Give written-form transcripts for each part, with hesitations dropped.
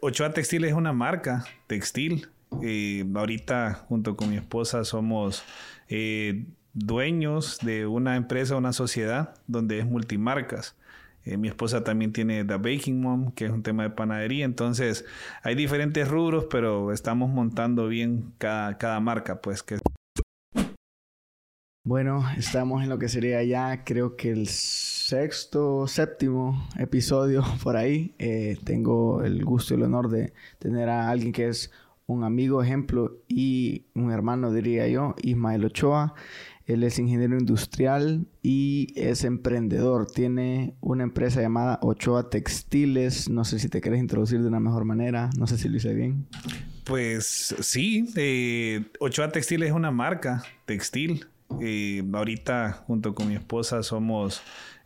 Ochoa Textil es una marca textil. Ahorita junto con mi esposa somos dueños de una empresa, una sociedad donde es multimarcas. Mi esposa también tiene The Baking Mom, que es un tema de panadería. Entonces hay diferentes rubros, pero estamos montando bien cada marca, pues que... Bueno, estamos en lo que sería ya, creo que el séptimo episodio por ahí. Tengo el gusto y el honor de tener a alguien que es un amigo, ejemplo y un hermano, diría yo, Ismael Ochoa. Él es ingeniero industrial y es emprendedor. Tiene una empresa llamada Ochoa Textiles. No sé si te quieres introducir de una mejor manera. No sé si lo hice bien. Pues sí, Ochoa Textiles es una marca textil. Ahorita junto con mi esposa somos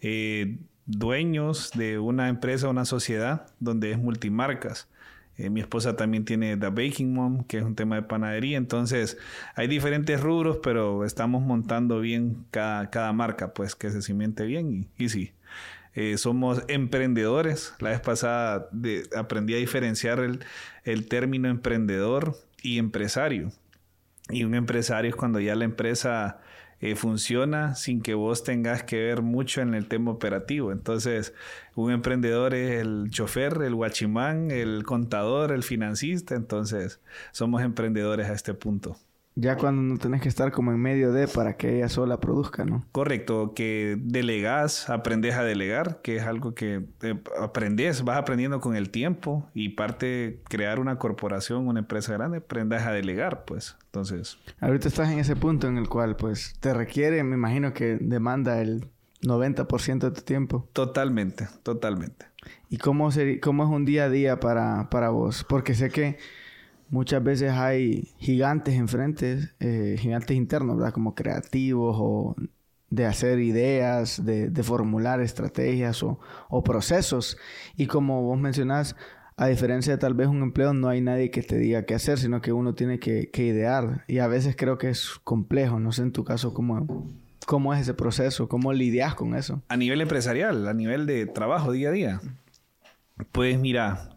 dueños de una empresa, una sociedad donde es multimarcas. Mi esposa también tiene The Baking Mom, que es un tema de panadería. Entonces hay diferentes rubros, pero estamos montando bien cada marca, pues que se cimente bien y sí. Somos emprendedores. La vez pasada aprendí a diferenciar el término emprendedor y empresario. Y un empresario es cuando ya la empresa funciona sin que vos tengas que ver mucho en el tema operativo. Entonces, un emprendedor es el chofer, el guachimán, el contador, el financista. Entonces, somos emprendedores a este punto. Ya cuando no tenés que estar como en medio de para que ella sola produzca, ¿no? Correcto, que delegás, aprendes a delegar, que es algo que vas aprendiendo con el tiempo y parte crear una corporación, una empresa grande, aprendas a delegar, pues. Entonces... Ahorita estás en ese punto en el cual, pues, te requiere, me imagino que demanda el 90% de tu tiempo. Totalmente. ¿Y cómo es un día a día para vos? Porque sé que muchas veces hay gigantes enfrente, gigantes internos, ¿verdad? Como creativos o de hacer ideas, de formular estrategias o procesos. Y como vos mencionás, a diferencia de tal vez un empleo, no hay nadie que te diga qué hacer, sino que uno tiene que idear. Y a veces creo que es complejo. No sé en tu caso cómo es ese proceso, cómo lidias con eso. A nivel empresarial, a nivel de trabajo día a día. Pues mira,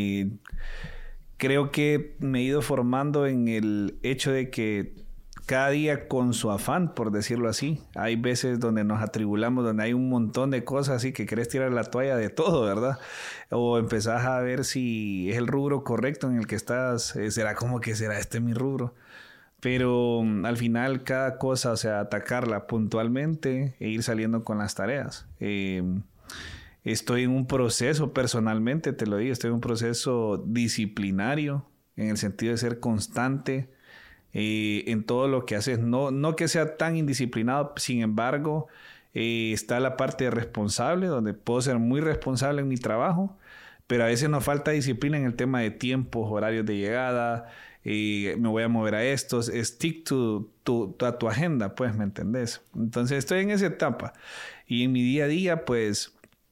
creo que me he ido formando en el hecho de que cada día con su afán, por decirlo así. Hay veces donde nos atribulamos, donde hay un montón de cosas así que querés tirar la toalla de todo, ¿verdad? O empezás a ver si es el rubro correcto en el que estás. ¿Será como que será este mi rubro? Pero al final cada cosa, o sea, atacarla puntualmente e ir saliendo con las tareas. Estoy en un proceso, personalmente te lo digo, estoy en un proceso disciplinario en el sentido de ser constante en todo lo que haces. No que sea tan indisciplinado, sin embargo, está la parte de responsable, donde puedo ser muy responsable en mi trabajo, pero a veces nos falta disciplina en el tema de tiempos, horarios de llegada, me voy a mover a estos, stick to tu agenda, pues, ¿me entendés? Entonces estoy en esa etapa y en mi día a día, pues...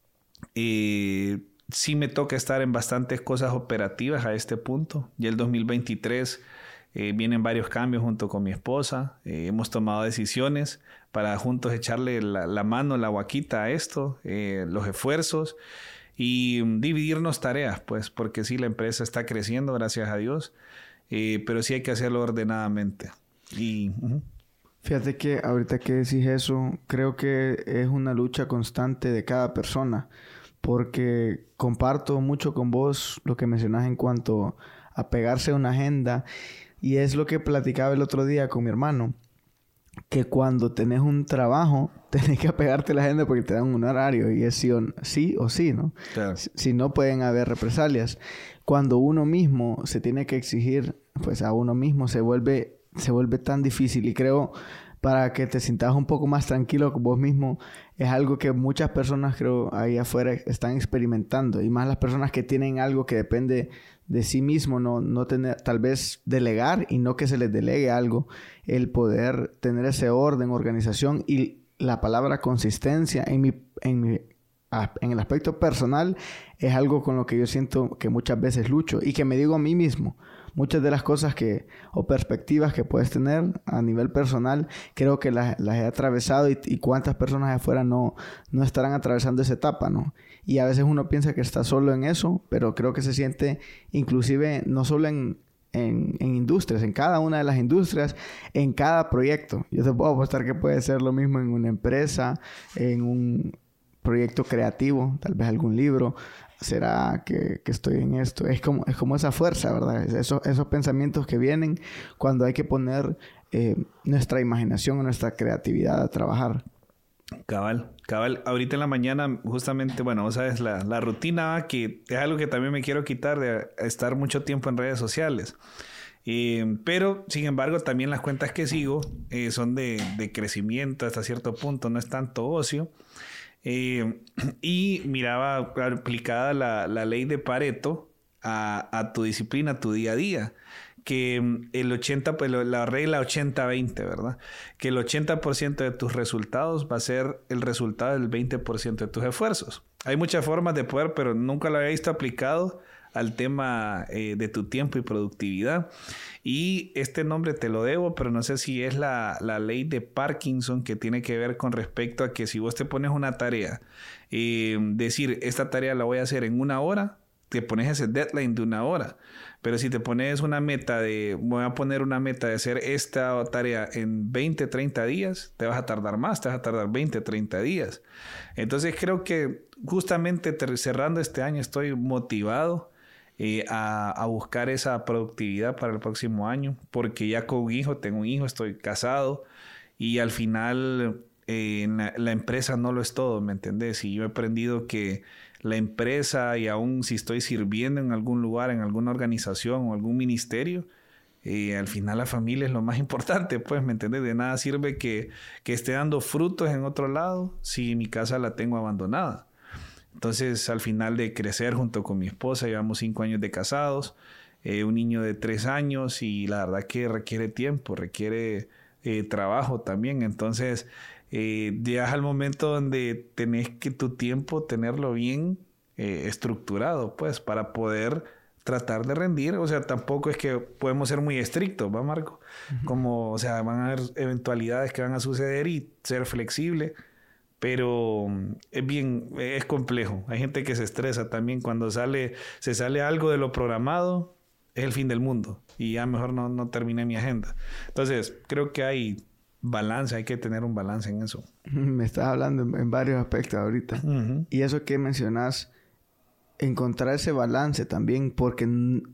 sí me toca estar en bastantes cosas operativas a este punto. Ya el 2023 vienen varios cambios junto con mi esposa. Hemos tomado decisiones para juntos echarle la mano, la guaquita a esto, los esfuerzos y dividirnos tareas, pues, porque sí, la empresa está creciendo, gracias a Dios, pero sí hay que hacerlo ordenadamente. Fíjate que ahorita que decís eso, creo que es una lucha constante de cada persona, porque comparto mucho con vos lo que mencionás en cuanto a pegarse a una agenda, y es lo que platicaba el otro día con mi hermano, que cuando tenés un trabajo, tenés que apegarte a la agenda porque te dan un horario y es sí o sí, ¿no? Claro. Si no, pueden haber represalias. Cuando uno mismo se tiene que exigir, pues a uno mismo se vuelve tan difícil, y creo, para que te sientas un poco más tranquilo con vos mismo, es algo que muchas personas, creo, ahí afuera están experimentando, y más las personas que tienen algo que depende de sí mismo, no tener, tal vez delegar y no que se les delegue algo, el poder tener ese orden, organización y la palabra consistencia en el aspecto personal es algo con lo que yo siento que muchas veces lucho y que me digo a mí mismo. Muchas de las cosas o perspectivas que puedes tener a nivel personal, creo que las he atravesado y cuántas personas de afuera no estarán atravesando esa etapa, ¿no? Y a veces uno piensa que está solo en eso, pero creo que se siente inclusive no solo en industrias, en cada una de las industrias, en cada proyecto. Yo te puedo apostar que puede ser lo mismo en una empresa, en un proyecto creativo, tal vez algún libro. ¿Será que estoy en esto? Es como esa fuerza, ¿verdad? Esos pensamientos que vienen cuando hay que poner nuestra imaginación o nuestra creatividad a trabajar. Cabal. Ahorita en la mañana, justamente, bueno, vos sabes, la rutina, que es algo que también me quiero quitar de estar mucho tiempo en redes sociales. Pero, sin embargo, también las cuentas que sigo son de crecimiento hasta cierto punto, no es tanto ocio. Y miraba aplicada la ley de Pareto a tu disciplina, a tu día a día. Que el 80, pues la regla 80-20, ¿verdad? Que el 80% de tus resultados va a ser el resultado del 20% de tus esfuerzos. Hay muchas formas de poder, pero nunca lo había visto aplicado al tema de tu tiempo y productividad. Y este nombre te lo debo, pero no sé si es la ley de Parkinson, que tiene que ver con respecto a que si vos te pones una tarea, decir, esta tarea la voy a hacer en 1 hora, te pones ese deadline de 1 hora. Pero si te pones una meta voy a poner una meta de hacer esta tarea en 20, 30 días, te vas a tardar más, te vas a tardar 20, 30 días. Entonces creo que justamente cerrando este año estoy motivado a buscar esa productividad para el próximo año, porque ya con un hijo, tengo un hijo, estoy casado y al final la empresa no lo es todo, ¿me entendés? Y yo he aprendido que la empresa, y aún si estoy sirviendo en algún lugar, en alguna organización o algún ministerio, al final la familia es lo más importante, pues, ¿me entiendes? De nada sirve que esté dando frutos en otro lado si mi casa la tengo abandonada. Entonces, al final de crecer junto con mi esposa, llevamos 5 años de casados, un niño de 3 años, y la verdad que requiere tiempo, requiere trabajo también. Entonces, llegas al momento donde tenés que tu tiempo tenerlo bien estructurado, pues, para poder tratar de rendir. O sea, tampoco es que podemos ser muy estrictos, ¿va, Marco? Como, o sea, van a haber eventualidades que van a suceder y ser flexible, pero es complejo. Hay gente que se estresa también cuando se sale algo de lo programado, es el fin del mundo y ya mejor no terminé mi agenda. Entonces, creo que hay balance, hay que tener un balance en eso. Me estás hablando en varios aspectos ahorita. Uh-huh. Y eso que mencionas, encontrar ese balance también, porque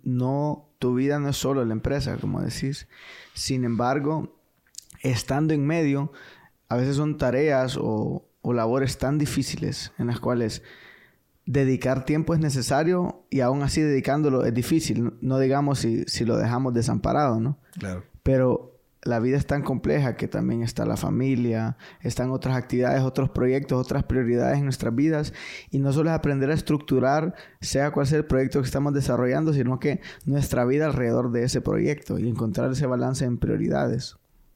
tu vida no es solo la empresa, como decís. Sin embargo, estando en medio, a veces son tareas o labores tan difíciles en las cuales dedicar tiempo es necesario y aún así dedicándolo es difícil. No digamos si lo dejamos desamparado, ¿no? Claro. Pero la vida es tan compleja que también está la familia, están otras actividades, otros proyectos, otras prioridades en nuestras vidas. Y no solo es aprender a estructurar, sea cual sea el proyecto que estamos desarrollando, sino que nuestra vida alrededor de ese proyecto y encontrar ese balance en prioridades.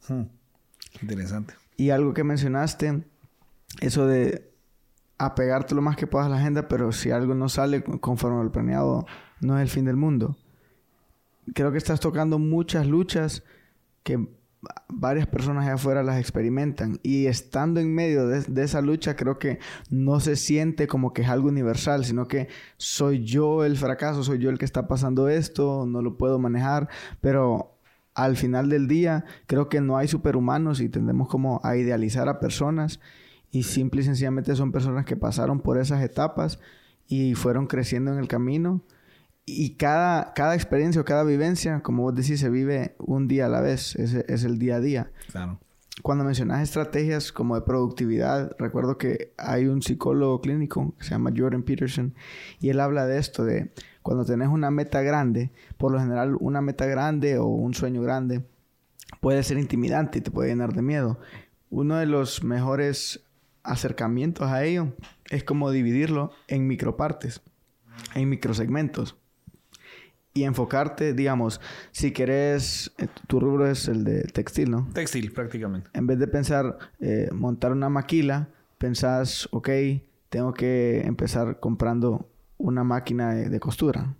Interesante. Y algo que mencionaste, eso de apegarte lo más que puedas a la agenda, pero si algo no sale conforme al planeado, no es el fin del mundo. Creo que estás tocando muchas luchas que varias personas allá afuera las experimentan, y estando en medio de esa lucha, creo que no se siente como que es algo universal, sino que soy yo el fracaso, soy yo el que está pasando esto, no lo puedo manejar. Pero al final del día creo que no hay superhumanos y tendemos como a idealizar a personas, y simple y sencillamente son personas que pasaron por esas etapas y fueron creciendo en el camino. Y cada experiencia o cada vivencia, como vos decís, se vive un día a la vez. Es el día a día. Claro. Cuando mencionas estrategias como de productividad, recuerdo que hay un psicólogo clínico que se llama Jordan Peterson, y él habla de esto, de cuando tenés una meta grande, por lo general una meta grande o un sueño grande puede ser intimidante y te puede llenar de miedo. Uno de los mejores acercamientos a ello es como dividirlo en micropartes, en microsegmentos. Y enfocarte, digamos, si querés, tu rubro es el de textil, ¿no? Textil, prácticamente. En vez de pensar montar una maquila, pensás, ok, tengo que empezar comprando una máquina de costura.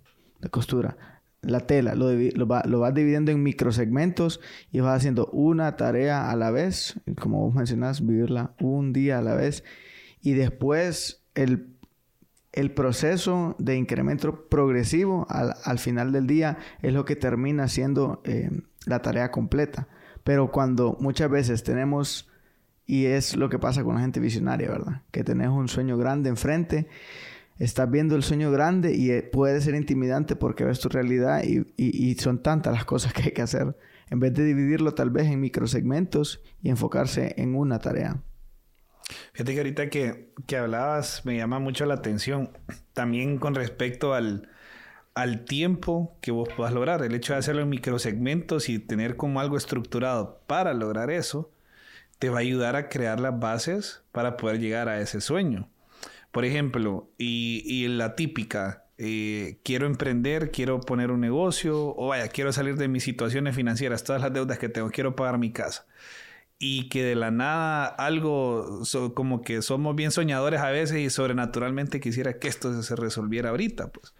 La tela, lo vas dividiendo en microsegmentos y vas haciendo una tarea a la vez. Y como vos mencionás, vivirla un día a la vez. Y después el proceso de incremento progresivo al final del día es lo que termina siendo la tarea completa. Pero cuando muchas veces tenemos, y es lo que pasa con la gente visionaria, ¿verdad? Que tenés un sueño grande enfrente, estás viendo el sueño grande y puede ser intimidante porque ves tu realidad y son tantas las cosas que hay que hacer. En vez de dividirlo tal vez en microsegmentos y enfocarse en una tarea. Fíjate que ahorita que hablabas me llama mucho la atención también con respecto al tiempo que vos puedas lograr. El hecho de hacerlo en microsegmentos y tener como algo estructurado para lograr eso te va a ayudar a crear las bases para poder llegar a ese sueño. Por ejemplo, y la típica, quiero emprender, quiero poner un negocio, o vaya, quiero salir de mis situaciones financieras, todas las deudas que tengo, quiero pagar mi casa. Y que de la nada algo, como que somos bien soñadores a veces y sobrenaturalmente quisiera que esto se resolviera ahorita, pues.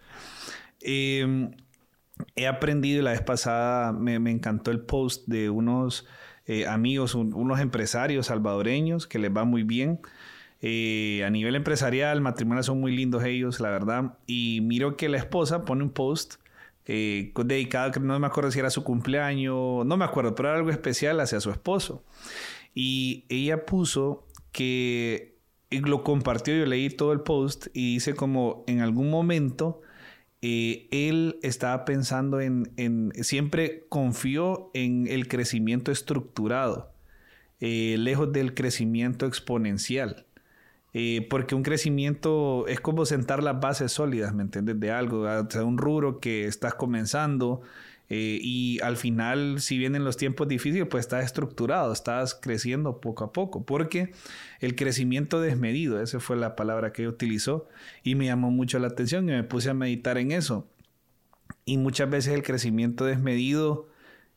He aprendido, la vez pasada me encantó el post de unos amigos, unos empresarios salvadoreños que les va muy bien. A nivel empresarial, matrimonio, son muy lindos ellos, la verdad. Y miro que la esposa pone un post dedicado, no me acuerdo si era su cumpleaños, no me acuerdo, pero era algo especial hacia su esposo. Y ella puso que lo compartió, yo leí todo el post y dice como en algún momento él estaba pensando siempre confió en el crecimiento estructurado, lejos del crecimiento exponencial. Porque un crecimiento es como sentar las bases sólidas, ¿me entiendes? De algo, o sea, un rubro que estás comenzando y al final, si vienen los tiempos difíciles, pues estás estructurado, estás creciendo poco a poco. Porque el crecimiento desmedido, esa fue la palabra que utilizó y me llamó mucho la atención y me puse a meditar en eso. Y muchas veces el crecimiento desmedido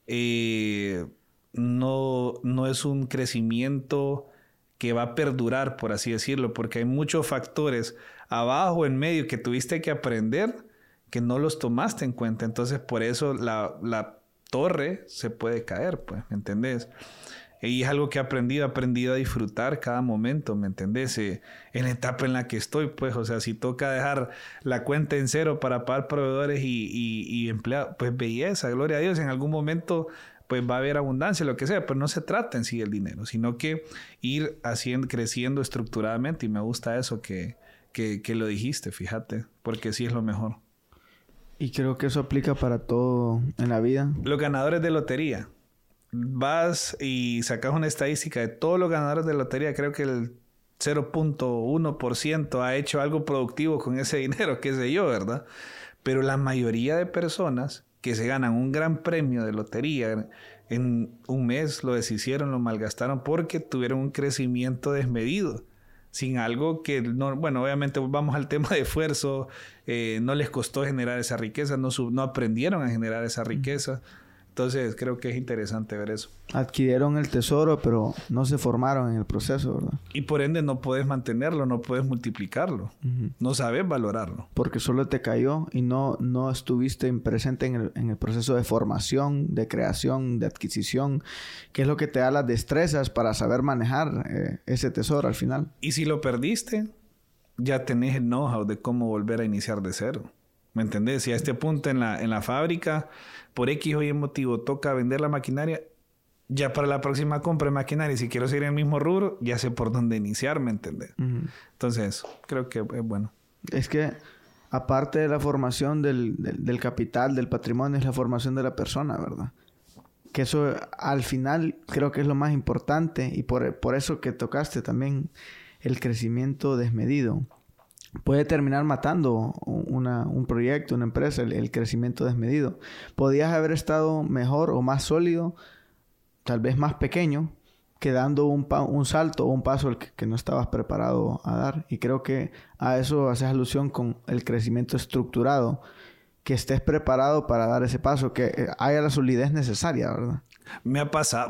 no es un crecimiento que va a perdurar, por así decirlo, porque hay muchos factores abajo, en medio, que tuviste que aprender, que no los tomaste en cuenta. Entonces, por eso la torre se puede caer, pues, ¿me entendés? Y es algo que he aprendido a disfrutar cada momento, ¿me entendés? En la etapa en la que estoy, pues, o sea, si toca dejar la cuenta en cero para pagar proveedores y empleados, pues belleza, gloria a Dios, en algún momento pues va a haber abundancia, lo que sea, pero no se trata en sí del dinero, sino que ir creciendo estructuradamente, y me gusta eso que lo dijiste, fíjate, porque sí es lo mejor. Y creo que eso aplica para todo en la vida. Los ganadores de lotería, vas y sacas una estadística de todos los ganadores de lotería, creo que el 0.1% ha hecho algo productivo con ese dinero, qué sé yo, ¿verdad? Pero la mayoría de personas que se ganan un gran premio de lotería en un mes lo deshicieron, lo malgastaron porque tuvieron un crecimiento desmedido, sin algo que no, bueno, obviamente vamos al tema de esfuerzo, no les costó generar esa riqueza, no aprendieron a generar esa riqueza. Entonces creo que es interesante ver eso. Adquirieron el tesoro, pero no se formaron en el proceso, ¿verdad? Y por ende no puedes mantenerlo, no puedes multiplicarlo. No sabes valorarlo. Porque solo te cayó y no estuviste presente en el proceso de formación, de creación, de adquisición, que es lo que te da las destrezas para saber manejar ese tesoro al final. Y si lo perdiste, ya tenés el know-how de cómo volver a iniciar de cero. ¿Me entendés? Si a este punto en la fábrica, por X o Y motivo, toca vender la maquinaria, ya para la próxima compra de maquinaria, si quiero seguir en el mismo rubro, ya sé por dónde iniciar, ¿me entendés? Entonces, creo que es bueno. Es que, aparte de la formación del capital, del patrimonio, es la formación de la persona, ¿verdad? Que eso, al final, creo que es lo más importante. Y por eso que tocaste también el crecimiento desmedido. Puede terminar matando un proyecto, una empresa, el crecimiento desmedido. Podías haber estado mejor o más sólido, tal vez más pequeño, que dando un salto o un paso que no estabas preparado a dar. Y creo que a eso haces alusión con el crecimiento estructurado, que estés preparado para dar ese paso, que haya la solidez necesaria, ¿verdad? Me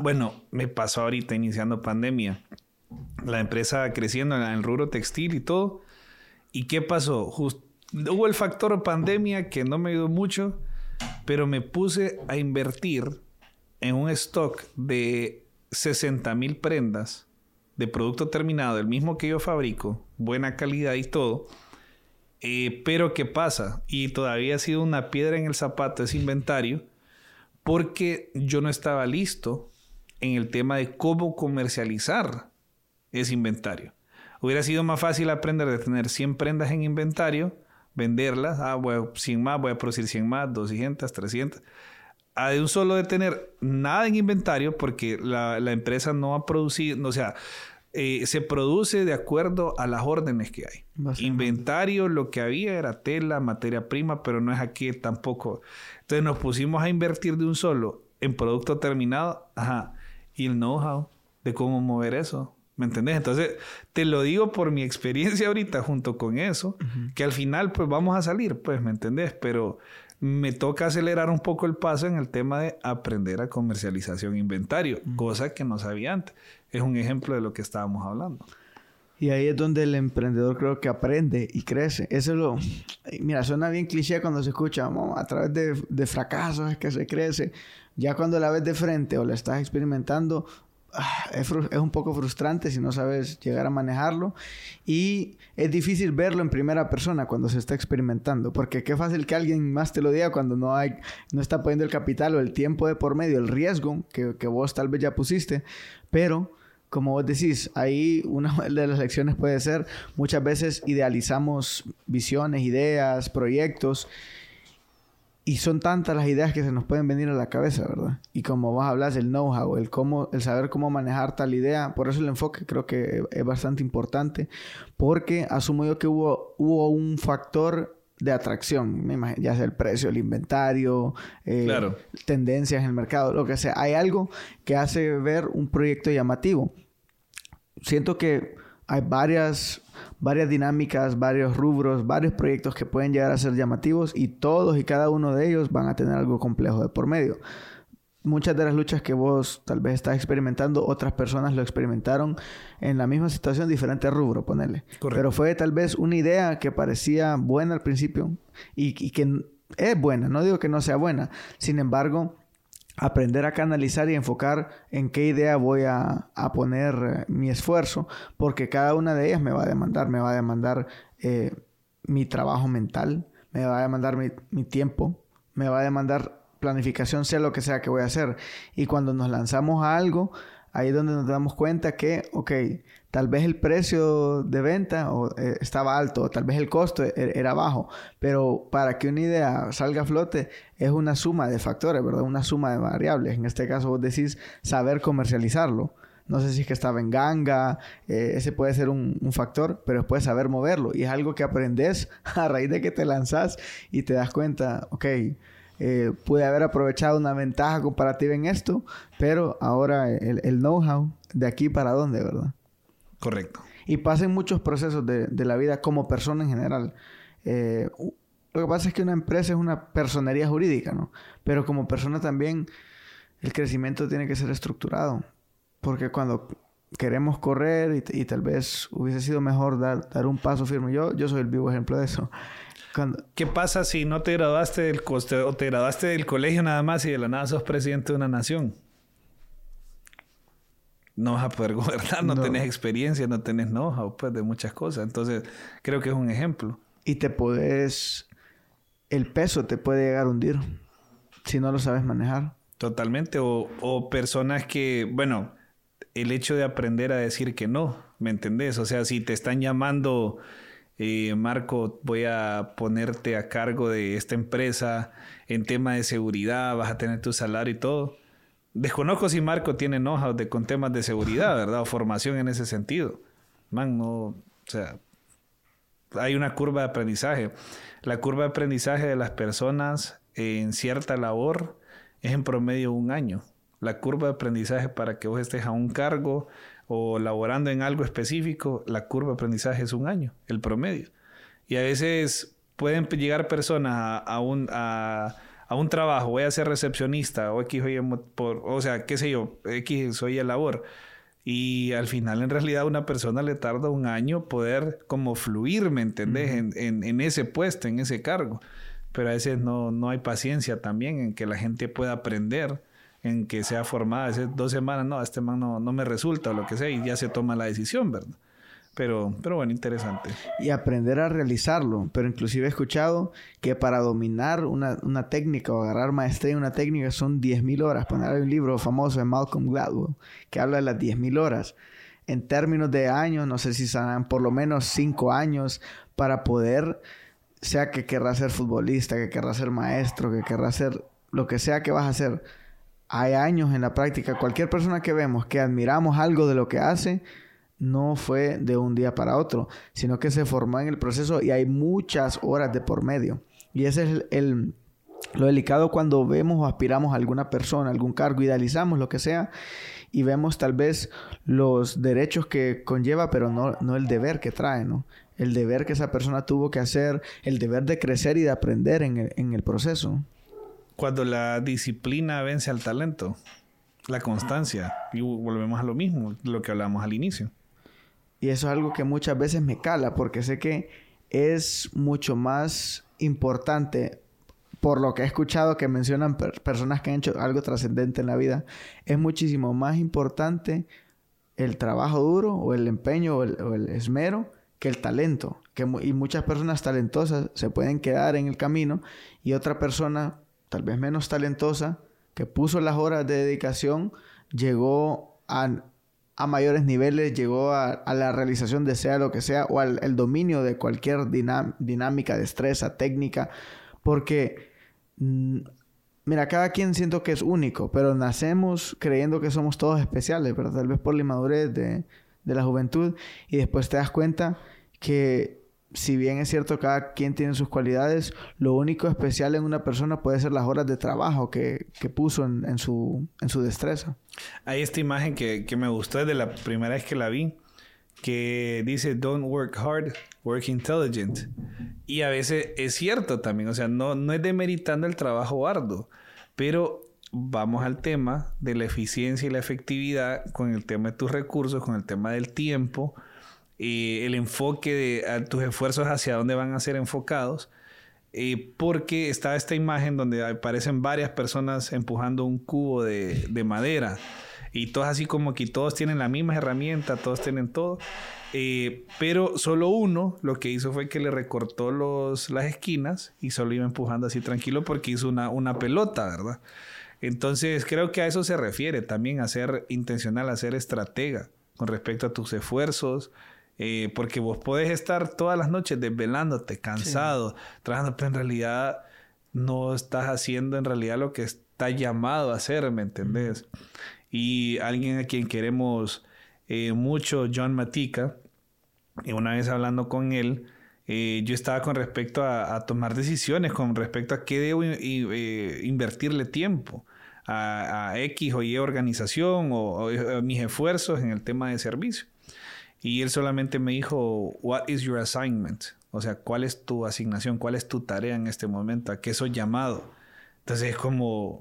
pasó ahorita iniciando pandemia. La empresa creciendo en el rubro textil y todo. ¿Y qué pasó? Hubo el factor pandemia que no me ayudó mucho, pero me puse a invertir en un stock de 60,000 prendas de producto terminado, el mismo que yo fabrico, buena calidad y todo. Pero ¿qué pasa? Y todavía ha sido una piedra en el zapato ese inventario porque yo no estaba listo en el tema de cómo comercializar ese inventario. Hubiera sido más fácil aprender de tener 100 prendas en inventario, venderlas, 100 más, voy a producir 100 más, 200, 300. A de un solo de tener nada en inventario porque la empresa no ha producido, o sea, se produce de acuerdo a las órdenes que hay. Inventario, lo que había era tela, materia prima, pero no es aquí tampoco. Entonces nos pusimos a invertir de un solo en producto terminado, y el know-how de cómo mover eso. ¿Me entendés? Entonces, te lo digo por mi experiencia ahorita junto con eso, que al final, pues, vamos a salir, pues, ¿me entendés? Pero me toca acelerar un poco el paso en el tema de aprender a comercialización e inventario, cosa que no sabía antes. Es un ejemplo de lo que estábamos hablando. Y ahí es donde el emprendedor creo que aprende y crece. Eso es lo... Mira, suena bien cliché cuando se escucha, a través de fracasos es que se crece. Ya cuando la ves de frente o la estás experimentando... Es un poco frustrante si no sabes llegar a manejarlo y es difícil verlo en primera persona cuando se está experimentando, porque qué fácil que alguien más te lo diga cuando no está poniendo el capital o el tiempo de por medio, el riesgo que vos tal vez ya pusiste, pero como vos decís, ahí una de las lecciones puede ser muchas veces idealizamos visiones, ideas, proyectos. Y son tantas las ideas que se nos pueden venir a la cabeza, ¿verdad? Y como vos hablas, el know-how, el saber cómo manejar tal idea. Por eso el enfoque creo que es bastante importante. Porque asumo yo que hubo un factor de atracción. Me imagino, ya sea el precio, el inventario, claro, tendencias en el mercado, lo que sea. Hay algo que hace ver un proyecto llamativo. Siento que hay varias dinámicas, varios rubros, varios proyectos que pueden llegar a ser llamativos y todos y cada uno de ellos van a tener algo complejo de por medio. Muchas de las luchas que vos tal vez estás experimentando, otras personas lo experimentaron en la misma situación, diferente rubro, ponele. Correcto. Pero fue tal vez una idea que parecía buena al principio y que es buena, no digo que no sea buena. Sin embargo, aprender a canalizar y enfocar en qué idea voy a poner mi esfuerzo, porque cada una de ellas me va a demandar mi trabajo mental, me va a demandar mi tiempo, me va a demandar planificación, sea lo que sea que voy a hacer. Y cuando nos lanzamos a algo, ahí es donde nos damos cuenta que, tal vez el precio de venta estaba alto, o tal vez el costo era bajo, pero para que una idea salga a flote es una suma de factores, ¿verdad? Una suma de variables. En este caso vos decís saber comercializarlo. No sé si es que estaba en ganga, ese puede ser un factor, pero después saber moverlo. Y es algo que aprendes a raíz de que te lanzás y te das cuenta, pude haber aprovechado una ventaja comparativa en esto, pero ahora el know-how, de aquí para dónde, ¿verdad? Correcto. Y pasa en muchos procesos de la vida como persona en general. Lo que pasa es que una empresa es una personería jurídica, ¿no? Pero como persona también el crecimiento tiene que ser estructurado. Porque cuando queremos correr y tal vez hubiese sido mejor dar un paso firme. Yo soy el vivo ejemplo de eso. ¿Qué pasa si no te graduaste del o te graduaste del colegio nada más y de la nada sos presidente de una nación? No vas a poder gobernar, no tenés experiencia, no tenés know-how, pues, de muchas cosas. Entonces, creo que es un ejemplo. Y el peso te puede llegar a hundir si no lo sabes manejar. Totalmente. O personas que, bueno, el hecho de aprender a decir que no, ¿me entendés? O sea, si te están llamando, Marco, voy a ponerte a cargo de esta empresa en tema de seguridad, vas a tener tu salario y todo. Desconozco si Marco tiene know-how con temas de seguridad, ¿verdad? O formación en ese sentido. O sea, hay una curva de aprendizaje. La curva de aprendizaje de las personas en cierta labor es en promedio 1 año. La curva de aprendizaje para que vos estés a un cargo o laborando en algo específico, la curva de aprendizaje es 1 año, el promedio. Y a veces pueden llegar personas a un trabajo, voy a ser recepcionista o X, o sea, qué sé yo, X soy el labor. Y al final, en realidad, a una persona le tarda 1 año poder como fluir, ¿me entendés? Uh-huh. En ese puesto, en ese cargo. Pero a veces no hay paciencia también en que la gente pueda aprender, en que sea formada. A veces 2 semanas, este man no me resulta o lo que sea, y ya se toma la decisión, ¿verdad? Pero bueno, interesante. Y aprender a realizarlo. Pero inclusive he escuchado que para dominar una técnica o agarrar maestría en una técnica son 10,000 horas. Hay un libro famoso de Malcolm Gladwell que habla de las 10,000 horas. En términos de años, no sé si serán por lo menos 5 años para poder, sea que querrás ser futbolista, que querrás ser maestro, que querrás ser lo que sea que vas a hacer. Hay años en la práctica. Cualquier persona que vemos que admiramos algo de lo que hace, no fue de un día para otro, sino que se formó en el proceso y hay muchas horas de por medio. Y ese es lo delicado cuando vemos o aspiramos a alguna persona, algún cargo, idealizamos lo que sea y vemos tal vez los derechos que conlleva, pero no el deber que trae, ¿no? El deber que esa persona tuvo que hacer, el deber de crecer y de aprender en el proceso. Cuando la disciplina vence al talento, la constancia, y volvemos a lo mismo, lo que hablábamos al inicio. Y eso es algo que muchas veces me cala, porque sé que es mucho más importante, por lo que he escuchado que mencionan personas que han hecho algo trascendente en la vida, es muchísimo más importante el trabajo duro o el empeño o el esmero que el talento. Y muchas personas talentosas se pueden quedar en el camino y otra persona, tal vez menos talentosa, que puso las horas de dedicación, llegó a mayores niveles, llegó a la realización de sea lo que sea, o al dominio de cualquier dinámica, destreza, técnica, porque, mira, cada quien siento que es único, pero nacemos creyendo que somos todos especiales, pero tal vez por la inmadurez de la juventud, y después te das cuenta que si bien es cierto cada quien tiene sus cualidades, lo único especial en una persona puede ser las horas de trabajo que puso en su destreza. Hay esta imagen que me gustó desde la primera vez que la vi, que dice don't work hard, work intelligent. Y a veces es cierto también, o sea, no es demeritando el trabajo arduo, pero vamos al tema de la eficiencia y la efectividad con el tema de tus recursos, con el tema del tiempo, el enfoque de tus esfuerzos hacia dónde van a ser enfocados, porque está esta imagen donde aparecen varias personas empujando un cubo de madera y todos así como que todos tienen la misma herramienta, todos tienen todo, pero solo uno lo que hizo fue que le recortó las esquinas y solo iba empujando así tranquilo porque hizo una pelota, ¿verdad? Entonces creo que a eso se refiere también, a ser intencional, a ser estratega con respecto a tus esfuerzos. Porque vos podés estar todas las noches desvelándote, cansado, trabajando, pero en realidad no estás haciendo en realidad lo que estás llamado a hacer, ¿me entendés? Y alguien a quien queremos mucho, John Matica, una vez hablando con él, yo estaba con respecto a tomar decisiones, con respecto a qué debo invertirle tiempo a X o Y organización o mis esfuerzos en el tema de servicio. Y él solamente me dijo, what is your assignment? O sea, ¿cuál es tu asignación? ¿Cuál es tu tarea en este momento? ¿A qué soy llamado? Entonces es como,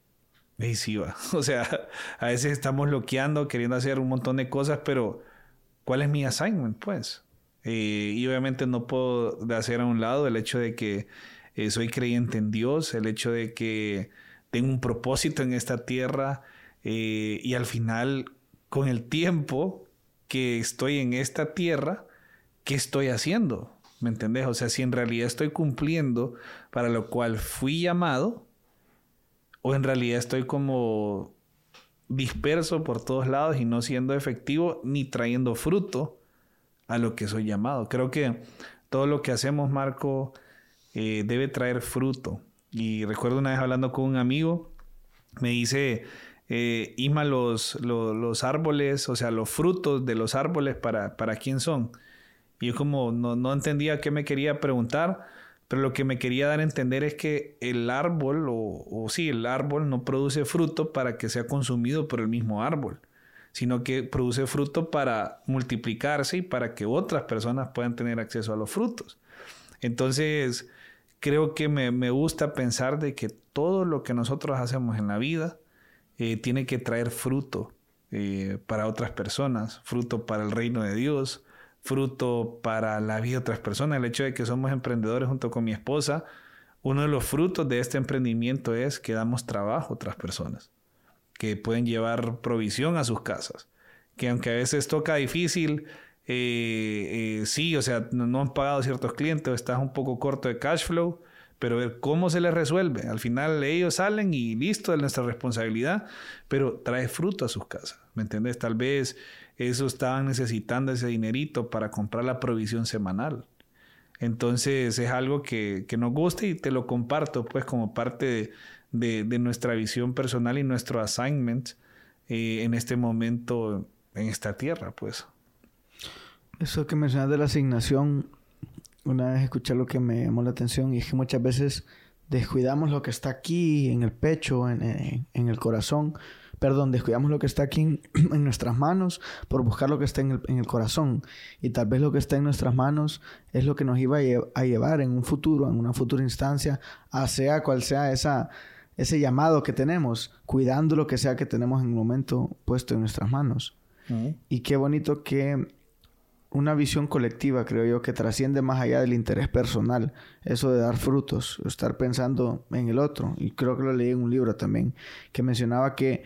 sí va. O sea, a veces estamos bloqueando, queriendo hacer un montón de cosas, pero ¿cuál es mi assignment? Pues, y obviamente no puedo hacer a un lado el hecho de que soy creyente en Dios, el hecho de que tengo un propósito en esta tierra, y al final, con el tiempo que estoy en esta tierra, ¿qué estoy haciendo? ¿Me entendés? O sea, si en realidad estoy cumpliendo para lo cual fui llamado, o en realidad estoy como disperso por todos lados y no siendo efectivo ni trayendo fruto a lo que soy llamado. Creo que todo lo que hacemos, Marco, debe traer fruto. Y recuerdo una vez hablando con un amigo, me dice, Isma, los árboles, o sea, los frutos de los árboles, ¿para quién son? Y yo como no entendía qué me quería preguntar, pero lo que me quería dar a entender es que el árbol, el árbol no produce fruto para que sea consumido por el mismo árbol, sino que produce fruto para multiplicarse y para que otras personas puedan tener acceso a los frutos. Entonces, creo que me gusta pensar de que todo lo que nosotros hacemos en la vida tiene que traer fruto para otras personas, fruto para el reino de Dios, fruto para la vida de otras personas. El hecho de que somos emprendedores junto con mi esposa, uno de los frutos de este emprendimiento es que damos trabajo a otras personas, que pueden llevar provisión a sus casas, que aunque a veces toca difícil, sí, o sea, no han pagado ciertos clientes o estás un poco corto de cash flow, pero ver cómo se les resuelve. Al final ellos salen y listo, es nuestra responsabilidad, pero trae fruto a sus casas, ¿me entiendes? Tal vez ellos estaban necesitando ese dinerito para comprar la provisión semanal. Entonces es algo que nos gusta y te lo comparto pues como parte de nuestra visión personal y nuestro assignment en este momento en esta tierra, pues. Eso que mencionas de la asignación, una vez escuché lo que me llamó la atención y es que muchas veces descuidamos lo que está aquí en el pecho, en el corazón. Perdón, descuidamos lo que está aquí en nuestras manos por buscar lo que está en el corazón. Y tal vez lo que está en nuestras manos es lo que nos iba a llevar en un futuro, en una futura instancia, a sea cual sea ese llamado que tenemos, cuidando lo que sea que tenemos en el momento puesto en nuestras manos. Uh-huh. Y qué bonito que una visión colectiva, creo yo, que trasciende más allá del interés personal. Eso de dar frutos, estar pensando en el otro. Y creo que lo leí en un libro también, que mencionaba que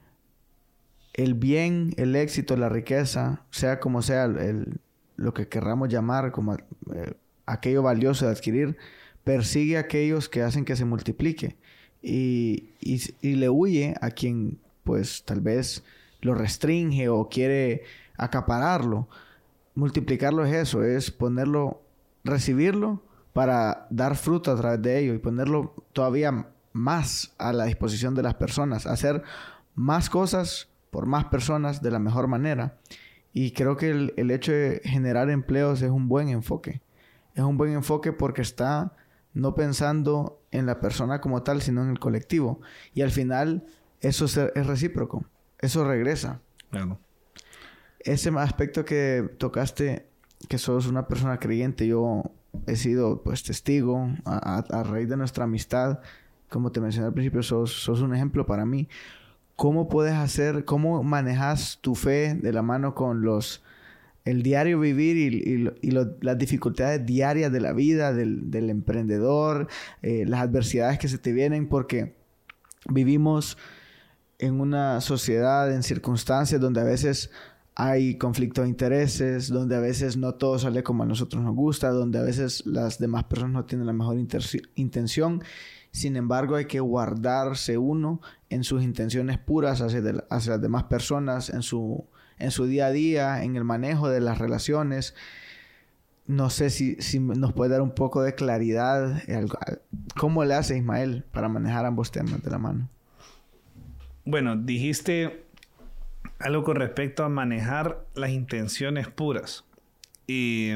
el bien, el éxito, la riqueza, sea como sea lo que querramos llamar como aquello valioso de adquirir, persigue a aquellos que hacen que se multiplique. Y le huye a quien, pues, tal vez lo restringe o quiere acapararlo. Multiplicarlo es eso, es ponerlo, recibirlo para dar fruto a través de ello y ponerlo todavía más a la disposición de las personas, hacer más cosas por más personas de la mejor manera. Y creo que el hecho de generar empleos es un buen enfoque. Es un buen enfoque porque está no pensando en la persona como tal, sino en el colectivo. Y al final eso es recíproco. Eso regresa. Claro. Ese aspecto que tocaste, que sos una persona creyente, yo he sido pues testigo a raíz de nuestra amistad. Como te mencioné al principio, sos un ejemplo para mí. ¿Cómo puedes hacer, cómo manejas tu fe de la mano con el diario vivir y las dificultades diarias de la vida del emprendedor, las adversidades que se te vienen? Porque vivimos en una sociedad, en circunstancias donde a veces hay conflicto de intereses, donde a veces no todo sale como a nosotros nos gusta, donde a veces las demás personas no tienen la mejor intención. Sin embargo, hay que guardarse uno en sus intenciones puras hacia las demás personas, en su día a día, en el manejo de las relaciones. No sé si nos puede dar un poco de claridad. ¿Cómo le hace Ismael para manejar ambos temas de la mano? Bueno, dijiste algo con respecto a manejar las intenciones puras. Y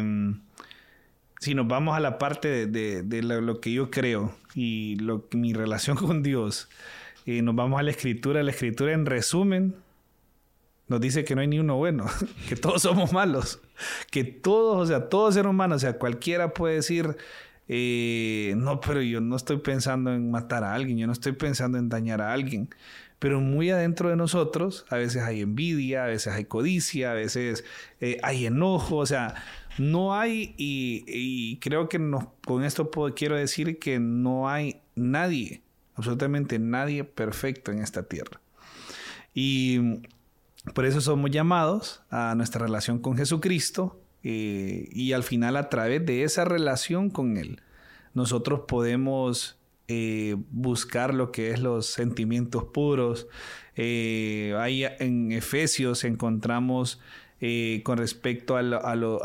si nos vamos a la parte de lo que yo creo y mi relación con Dios, nos vamos a la Escritura. La Escritura, en resumen, nos dice que no hay ni uno bueno, que todos somos malos, que todos, o sea, todo ser humano, o sea, cualquiera puede decir, no, pero yo no estoy pensando en matar a alguien, yo no estoy pensando en dañar a alguien. Pero muy adentro de nosotros, a veces hay envidia, a veces hay codicia, a veces hay enojo, o sea, no hay, y creo que con esto quiero decir que no hay nadie, absolutamente nadie perfecto en esta tierra. Y por eso somos llamados a nuestra relación con Jesucristo, y al final, a través de esa relación con Él, nosotros podemos buscar lo que es los sentimientos puros. Ahí en Efesios encontramos con respecto en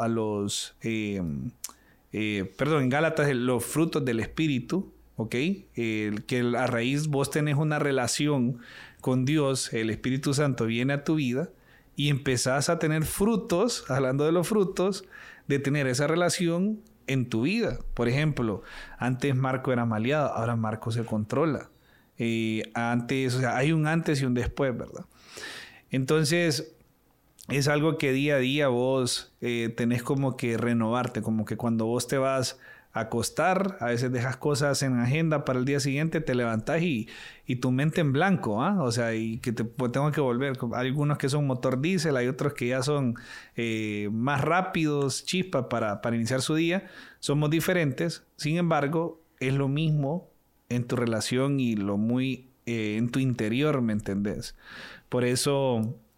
Gálatas, los frutos del Espíritu, ¿ok? Que a raíz vos tenés una relación con Dios, el Espíritu Santo viene a tu vida y empezás a tener frutos, hablando de los frutos, de tener esa relación en tu vida. Por ejemplo, antes Marco era maleado, ahora Marco se controla. Antes, o sea, hay un antes y un después, ¿verdad? Entonces, es algo que día a día vos tenés como que renovarte, como que cuando vos te vas a acostar, a veces dejas cosas en agenda para el día siguiente, te levantás y tu mente en blanco, ¿ah? O sea, y que tengo que volver. Hay algunos que son motor diésel, hay otros que ya son más rápidos, chispas para iniciar su día. Somos diferentes, sin embargo, es lo mismo en tu relación y lo muy en tu interior, ¿me entendés? Por eso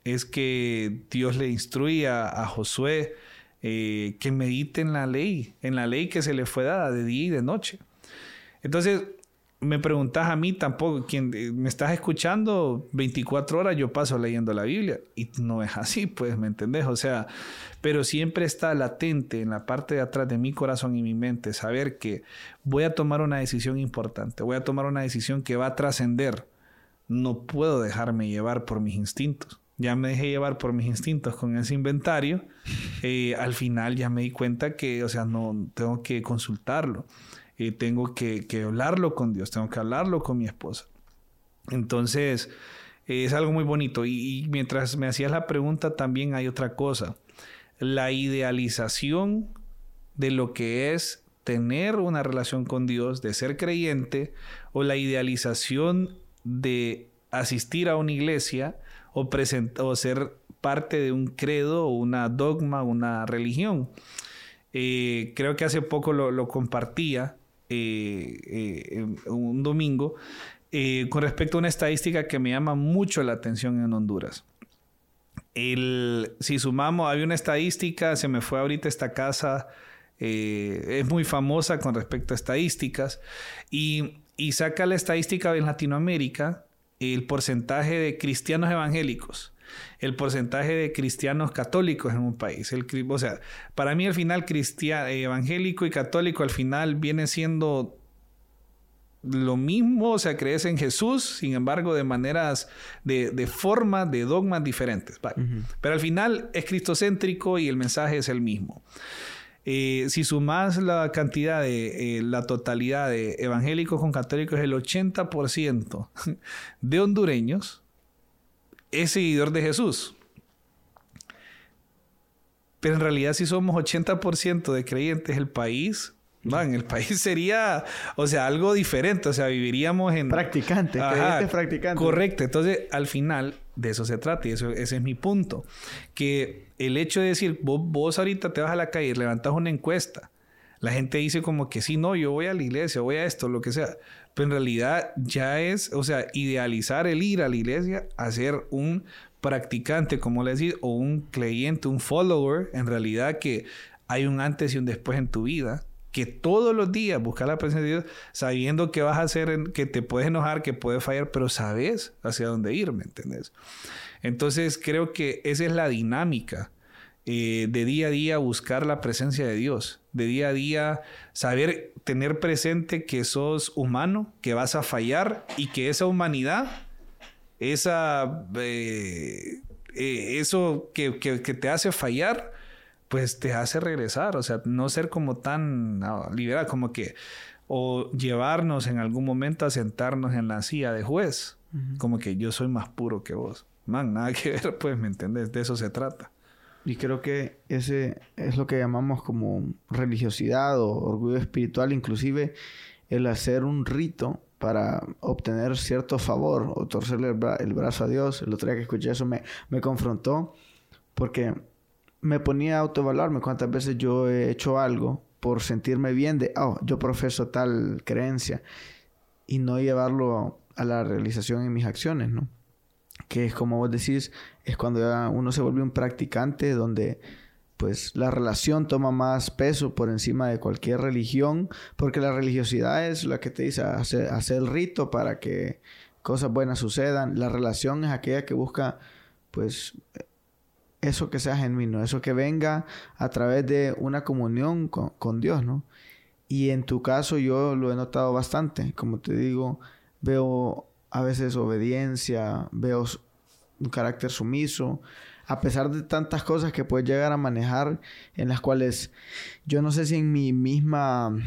es que Dios le instruye a Josué que medite en la ley que se le fue dada de día y de noche. Entonces, me preguntas a mí tampoco, quien me estás escuchando 24 horas, yo paso leyendo la Biblia. Y no es así, pues, ¿me entendés? O sea, pero siempre está latente en la parte de atrás de mi corazón y mi mente saber que voy a tomar una decisión importante, voy a tomar una decisión que va a trascender. No puedo dejarme llevar por mis instintos. Ya me dejé llevar por mis instintos con ese inventario. Al final ya me di cuenta que, o sea, no tengo que consultarlo. Tengo que hablarlo con Dios, tengo que hablarlo con mi esposa. Entonces, es algo muy bonito. Y mientras me hacías la pregunta, también hay otra cosa. La idealización de lo que es tener una relación con Dios, de ser creyente, o la idealización de asistir a una iglesia o ser parte de un credo, o una dogma, una religión. Creo que hace poco lo compartía un domingo con respecto a una estadística que me llama mucho la atención en Honduras. Si sumamos, había una estadística, se me fue ahorita esta casa, es muy famosa con respecto a estadísticas, y saca la estadística en Latinoamérica, el porcentaje de cristianos evangélicos, el porcentaje de cristianos católicos en un país. O sea, para mí al final evangélico y católico al final viene siendo lo mismo. O sea, crees en Jesús, sin embargo, de maneras, de formas, de dogmas diferentes. Uh-huh. Pero al final es cristocéntrico y el mensaje es el mismo. Si sumas la cantidad de la totalidad de evangélicos con católicos, el 80% de hondureños es seguidor de Jesús. Pero en realidad, si somos 80% de creyentes, el país sería, o sea, algo diferente. O sea, viviríamos en... Practicante, creyentes practicantes. Correcto. Entonces, al final, de eso se trata. Y ese es mi punto. Que el hecho de decir, vos ahorita te vas a la calle y levantas una encuesta. La gente dice como que sí, no, yo voy a la iglesia, voy a esto, lo que sea. Pero en realidad ya es, o sea, idealizar el ir a la iglesia a ser un practicante, como le decís, o un creyente, un follower. En realidad que hay un antes y un después en tu vida. Que todos los días buscar la presencia de Dios, sabiendo que vas a hacer, que te puedes enojar, que puedes fallar, pero sabes hacia dónde ir, ¿me entiendes? Entonces creo que esa es la dinámica de día a día, buscar la presencia de Dios, de día a día saber tener presente que sos humano, que vas a fallar y que esa humanidad, eso que te hace fallar, pues te hace regresar. O sea, no ser como tan liberal, como que, o llevarnos en algún momento a sentarnos en la silla de juez, uh-huh. Como que yo soy más puro que vos. Man, nada que ver, pues, ¿me entendés? De eso se trata. Y creo que ese es lo que llamamos como religiosidad o orgullo espiritual, inclusive el hacer un rito para obtener cierto favor o torcerle el brazo a Dios. El otro día que escuché eso me confrontó, porque me ponía a autoevaluarme cuántas veces yo he hecho algo por sentirme bien de, yo profeso tal creencia, y no llevarlo a la realización en mis acciones, ¿no? Que es como vos decís, es cuando ya uno se vuelve un practicante, donde pues la relación toma más peso por encima de cualquier religión, porque la religiosidad es la que te dice hacer el rito para que cosas buenas sucedan. La relación es aquella que busca pues eso que sea genuino, eso que venga a través de una comunión con Dios, ¿no? Y en tu caso yo lo he notado bastante. Como te digo, veo a veces obediencia, veo un carácter sumiso, a pesar de tantas cosas que puedes llegar a manejar, en las cuales yo no sé si en mi mismo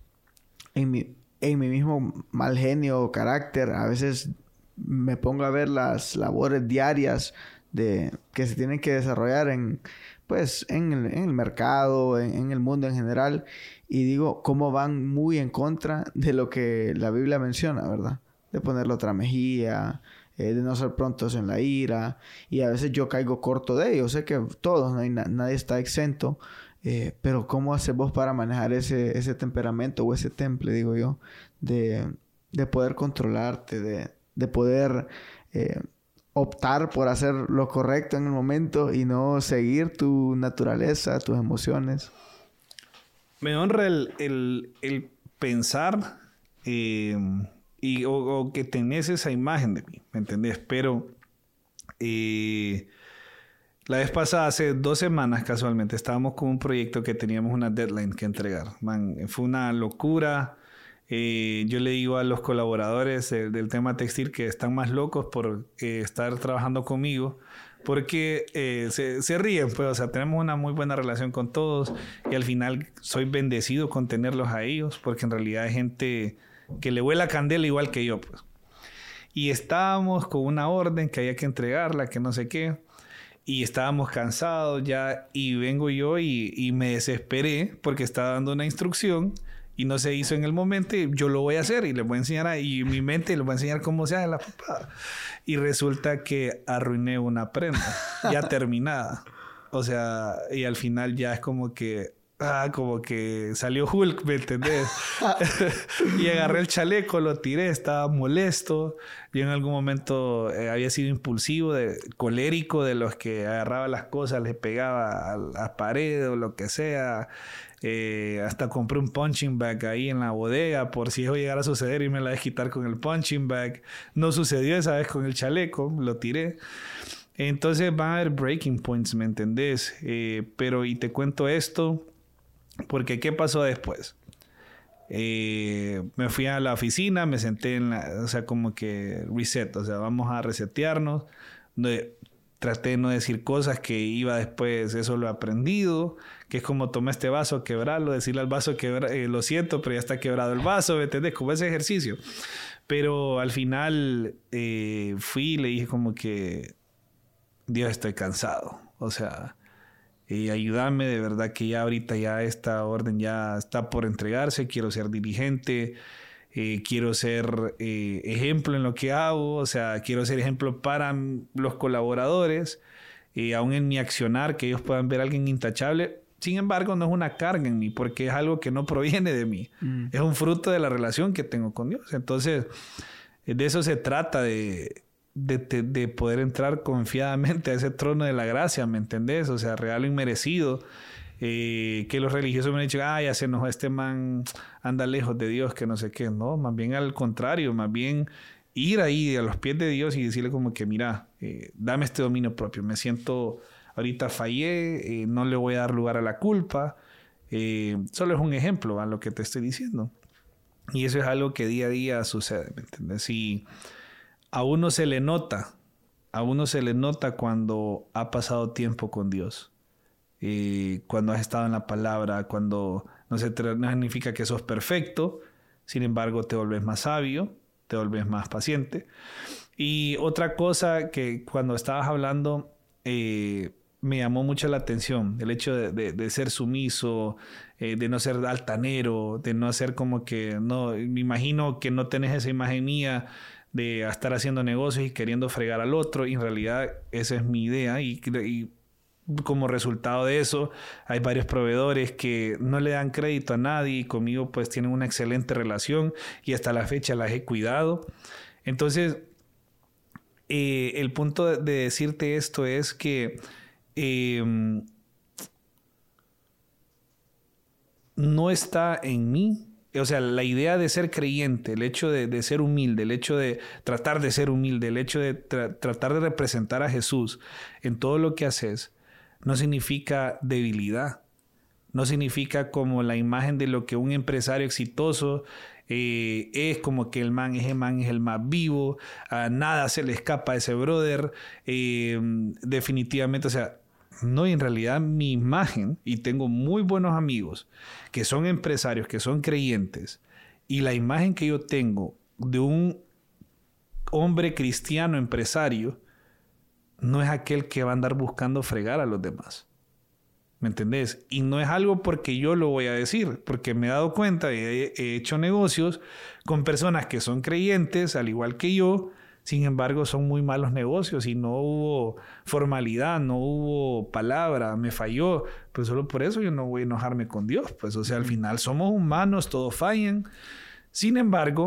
mal genio o carácter, a veces me pongo a ver las labores diarias que se tienen que desarrollar en el mercado, en el mundo en general, y digo cómo van muy en contra de lo que la Biblia menciona, ¿verdad? De poner la otra mejilla, de no ser prontos en la ira, y a veces yo caigo corto de ello. Sé que todos, nadie está exento, pero ¿cómo haces vos para manejar ese temperamento o ese temple, digo yo, de poder controlarte, de poder optar por hacer lo correcto en el momento y no seguir tu naturaleza, tus emociones. Me honra el pensar o que tenés esa imagen de mí, ¿me entendés? Pero la vez pasada, hace 2 semanas casualmente, estábamos con un proyecto que teníamos una deadline que entregar. Man, fue una locura. Yo le digo a los colaboradores del tema textil que están más locos por estar trabajando conmigo, porque se ríen, pues, o sea, tenemos una muy buena relación con todos y al final soy bendecido con tenerlos a ellos, porque en realidad hay gente que le huele la candela igual que yo, pues. Y estábamos con una orden que había que entregarla, que no sé qué, y estábamos cansados ya, y vengo yo y me desesperé porque estaba dando una instrucción y no se hizo en el momento, y yo lo voy a hacer y les voy a enseñar, y mi mente les voy a enseñar cómo se hace la papada. Y resulta que arruiné una prenda ya terminada. O sea, y al final ya es como que salió Hulk, ¿me entendés? Y agarré el chaleco, lo tiré, estaba molesto. Yo en algún momento había sido impulsivo, colérico, de los que agarraba las cosas, les pegaba a la pared o lo que sea. Hasta compré un punching bag ahí en la bodega por si eso llegara a suceder y me la dejé quitar con el punching bag. No sucedió esa vez con el chaleco, lo tiré. Entonces van a haber breaking points, ¿me entendés? Pero, y te cuento esto, porque ¿qué pasó después? Me fui a la oficina, me senté o sea, como que reset, o sea, vamos a resetearnos. Traté de no decir cosas que iba después, eso lo he aprendido, que es como tomar este vaso, quebrarlo, decirle al vaso lo siento, pero ya está quebrado el vaso, ¿me entendés? Como ese ejercicio. Pero al final fui y le dije como que, Dios, estoy cansado, o sea, ayúdame, de verdad que ya ahorita ya esta orden ya está por entregarse, quiero ser dirigente, quiero ser ejemplo en lo que hago, o sea, quiero ser ejemplo para los colaboradores, aún en mi accionar, que ellos puedan ver a alguien intachable. Sin embargo, no es una carga en mí, porque es algo que no proviene de mí. Es un fruto de la relación que tengo con Dios. Entonces, de eso se trata, de poder entrar confiadamente a ese trono de la gracia, ¿me entendés? O sea, real o inmerecido. Que los religiosos me han dicho, ya se enojó, este man anda lejos de Dios, que no sé qué. No, más bien al contrario, más bien ir ahí a los pies de Dios y decirle como que, mira, dame este dominio propio. Me siento, ahorita fallé, no le voy a dar lugar a la culpa. Solo es un ejemplo a lo que te estoy diciendo. Y eso es algo que día a día sucede, ¿me entiendes? Y a uno se le nota cuando ha pasado tiempo con Dios. Cuando has estado en la palabra, cuando no significa que sos perfecto, sin embargo te volvés más sabio, te volvés más paciente. Y otra cosa que cuando estabas hablando me llamó mucho la atención, el hecho de ser sumiso, de no ser altanero, de no ser como que, no, me imagino que no tenés esa imagen mía de estar haciendo negocios y queriendo fregar al otro, y en realidad esa es mi idea, y como resultado de eso hay varios proveedores que no le dan crédito a nadie y conmigo pues tienen una excelente relación y hasta la fecha las he cuidado. Entonces el punto de decirte esto es que no está en mí. O sea, la idea de ser creyente, el hecho de ser humilde, el hecho de tratar de ser humilde, el hecho de tratar de representar a Jesús en todo lo que haces, no significa debilidad. No significa como la imagen de lo que un empresario exitoso es, como que ese man es el más vivo, a nada se le escapa a ese brother. Definitivamente, o sea, no, en realidad mi imagen, y tengo muy buenos amigos que son empresarios, que son creyentes, y la imagen que yo tengo de un hombre cristiano empresario no es aquel que va a andar buscando fregar a los demás. ¿Me entendés? Y no es algo porque yo lo voy a decir, porque me he dado cuenta y he hecho negocios con personas que son creyentes, al igual que yo. Sin embargo, son muy malos negocios y no hubo formalidad, no hubo palabra, me falló. Pues solo por eso yo no voy a enojarme con Dios. Pues, o sea, al final somos humanos, todos fallan. Sin embargo,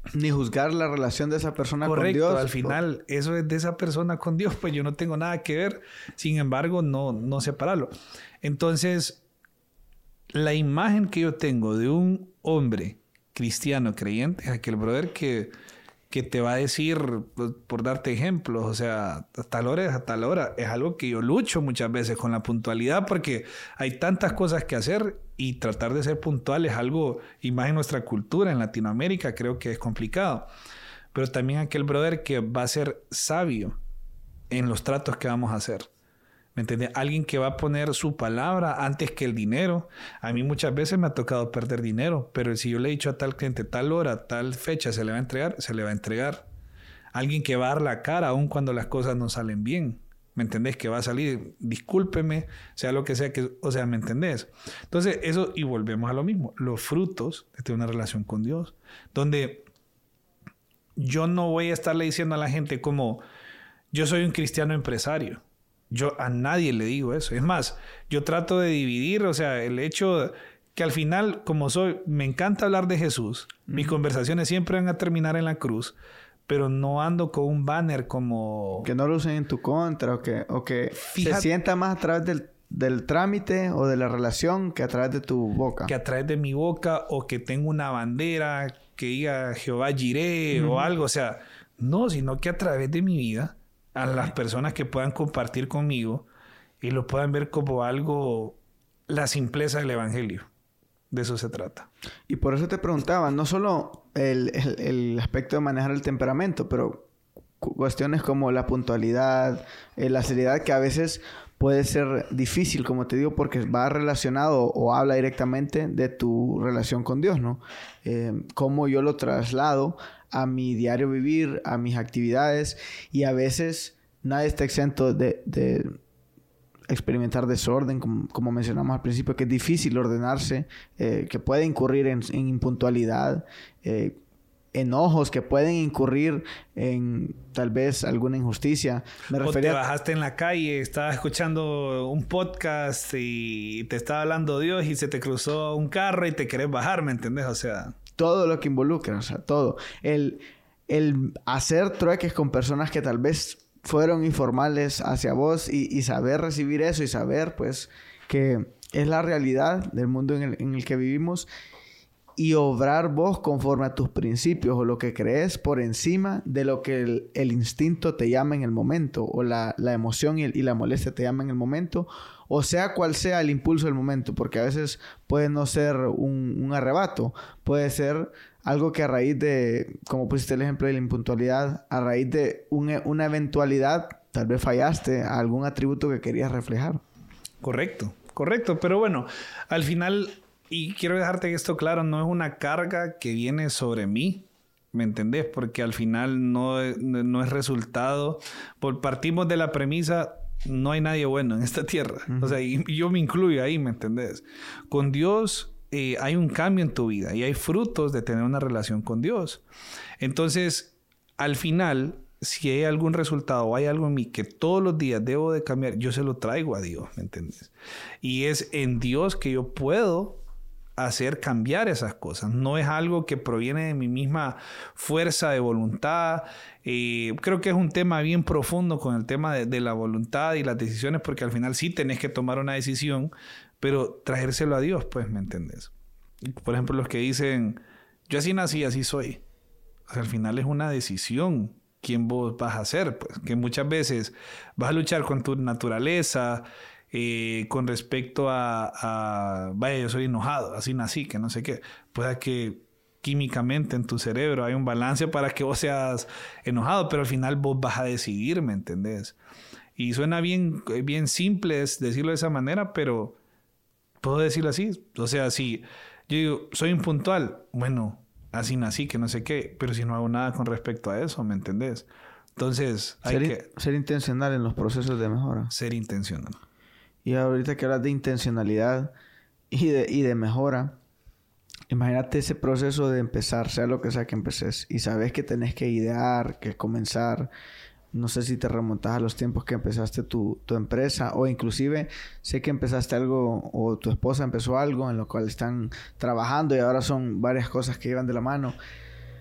Ni juzgar la relación de esa persona con Dios. Correcto, al final eso es de esa persona con Dios, pues yo no tengo nada que ver. Sin embargo, no separarlo. Entonces, la imagen que yo tengo de un hombre cristiano creyente es aquel brother que te va a decir, por darte ejemplos, o sea, a tal hora es a tal hora. Es algo que yo lucho muchas veces con la puntualidad porque hay tantas cosas que hacer y tratar de ser puntual es algo, y más en nuestra cultura, en Latinoamérica, creo que es complicado. Pero también aquel brother que va a ser sabio en los tratos que vamos a hacer. ¿Me entiendes? Alguien que va a poner su palabra antes que el dinero. A mí muchas veces me ha tocado perder dinero, pero si yo le he dicho a tal cliente, tal hora, tal fecha, se le va a entregar, se le va a entregar. Alguien que va a dar la cara aun cuando las cosas no salen bien. ¿Me entendés? Que va a salir, discúlpeme, sea lo que sea, o sea, ¿me entendés? Entonces, eso, y volvemos a lo mismo, los frutos de tener una relación con Dios, donde yo no voy a estarle diciendo a la gente como, yo soy un cristiano empresario. Yo a nadie le digo eso. Es más, yo trato de dividir, o sea, el hecho que al final, como soy, me encanta hablar de Jesús. Mis conversaciones siempre van a terminar en la cruz, pero no ando con un banner como... Que no lo usen en tu contra o que se sienta más a través del trámite o de la relación que a través de tu boca. Que a través de mi boca o que tengo una bandera que diga Jehová Jireh o algo. O sea, no, sino que a través de mi vida a las personas que puedan compartir conmigo y lo puedan ver como algo, la simpleza del evangelio. De eso se trata. Y por eso te preguntaba, no solo el aspecto de manejar el temperamento, pero cuestiones como la puntualidad, la seriedad, que a veces puede ser difícil, como te digo, porque va relacionado o habla directamente de tu relación con Dios, ¿no? Cómo yo lo traslado a mi diario vivir, a mis actividades, y a veces nadie está exento de experimentar desorden, como mencionamos al principio, que es difícil ordenarse, que puede incurrir en impuntualidad, enojos, que pueden incurrir en tal vez alguna injusticia. O te bajaste en la calle, estabas escuchando un podcast y te estaba hablando Dios y se te cruzó un carro y te querés bajar, ¿me entendés? O sea... Todo lo que involucra, o sea, todo. El hacer trueques con personas que tal vez fueron informales hacia vos y saber recibir eso y saber, pues, que es la realidad del mundo en el que vivimos y obrar vos conforme a tus principios o lo que crees por encima de lo que el instinto te llama en el momento o la emoción y la molestia te llama en el momento, o sea cual sea el impulso del momento, porque a veces puede no ser un arrebato, puede ser algo que a raíz de, como pusiste el ejemplo de la impuntualidad, a raíz de una eventualidad, tal vez fallaste a algún atributo que querías reflejar. Correcto, pero bueno, al final... Y quiero dejarte esto claro, no es una carga que viene sobre mí, ¿me entendés? Porque al final no es resultado. Partimos de la premisa, no hay nadie bueno en esta tierra. O sea, y yo me incluyo ahí, ¿me entendés? Con Dios hay un cambio en tu vida y hay frutos de tener una relación con Dios. Entonces, al final, si hay algún resultado o hay algo en mí que todos los días debo de cambiar, yo se lo traigo a Dios, ¿me entendés? Y es en Dios que yo puedo hacer cambiar esas cosas. No es algo que proviene de mi misma fuerza de voluntad. Creo que es un tema bien profundo con el tema de la voluntad y las decisiones, porque al final sí tenés que tomar una decisión, pero traérselo a Dios, pues, ¿me entendés? Por ejemplo, los que dicen, yo así nací, así soy. O sea, al final es una decisión quién vos vas a ser, pues, que muchas veces vas a luchar con tu naturaleza, con respecto a vaya, yo soy enojado, así nací, que no sé qué. Pueda que químicamente en tu cerebro hay un balance para que vos seas enojado, pero al final vos vas a decidir, ¿me entendés? Y suena bien simple decirlo de esa manera, pero puedo decirlo así. O sea, si yo digo, soy impuntual, bueno, así nací, que no sé qué, pero si no hago nada con respecto a eso, ¿me entendés? Entonces, hay ser intencional en los procesos de mejora. Ser intencional. Y ahorita que hablas de intencionalidad y de mejora, imagínate ese proceso de empezar, sea lo que sea que empeces, y sabes que tenés que idear, que comenzar. No sé si te remontas a los tiempos que empezaste tu empresa, o inclusive sé que empezaste algo o tu esposa empezó algo en lo cual están trabajando y ahora son varias cosas que llevan de la mano.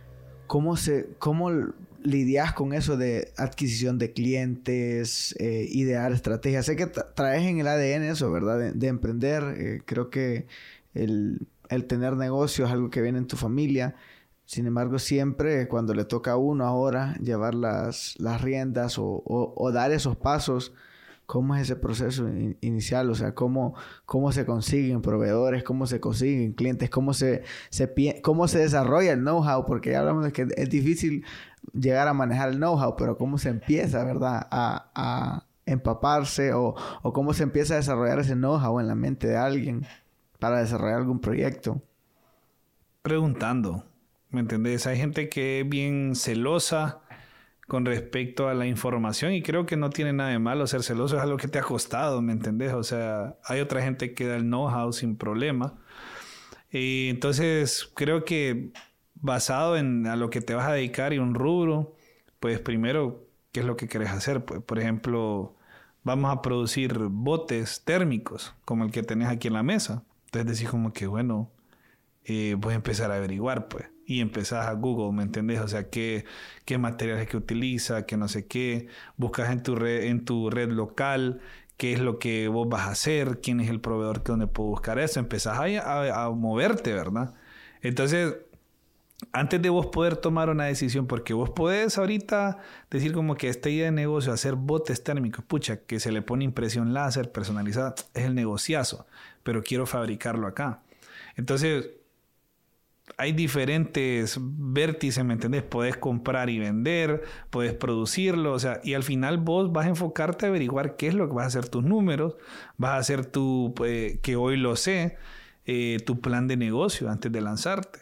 ¿Cómo lidias con eso de adquisición de clientes, idear estrategias? Sé que traes en el ADN eso, ¿verdad? De emprender. Creo que el tener negocio es algo que viene en tu familia. Sin embargo, siempre cuando le toca a uno ahora llevar las riendas o dar esos pasos, ¿cómo es ese proceso inicial? O sea, ¿cómo se consiguen proveedores? ¿Cómo se consiguen clientes? ¿Cómo se desarrolla el know-how? Porque ya hablamos de que es difícil llegar a manejar el know-how, pero ¿cómo se empieza, verdad, a empaparse o cómo se empieza a desarrollar ese know-how en la mente de alguien para desarrollar algún proyecto? Preguntando, ¿me entendés? Hay gente que es bien celosa con respecto a la información y creo que no tiene nada de malo ser celoso, es algo que te ha costado, ¿me entendés? O sea, hay otra gente que da el know-how sin problema. Entonces, creo que basado en a lo que te vas a dedicar y un rubro, pues primero, ¿qué es lo que querés hacer? Pues, por ejemplo, vamos a producir botes térmicos, como el que tenés aquí en la mesa. Entonces decís como que, bueno, voy a empezar a averiguar, pues. Y empezás a Google, ¿me entendés? O sea, qué materiales que utiliza, qué no sé qué. Buscas en tu red local qué es lo que vos vas a hacer, quién es el proveedor que donde puedo buscar eso. Empezás a moverte, ¿verdad? Entonces, antes de vos poder tomar una decisión, porque vos podés ahorita decir como que esta idea de negocio, hacer botes térmicos, pucha, que se le pone impresión láser personalizada, es el negociazo, pero quiero fabricarlo acá. Entonces, hay diferentes vértices, ¿me entendés? Podés comprar y vender, podés producirlo, o sea, y al final vos vas a enfocarte a averiguar qué es lo que vas a hacer tus números, vas a hacer que hoy lo sé, tu plan de negocio antes de lanzarte.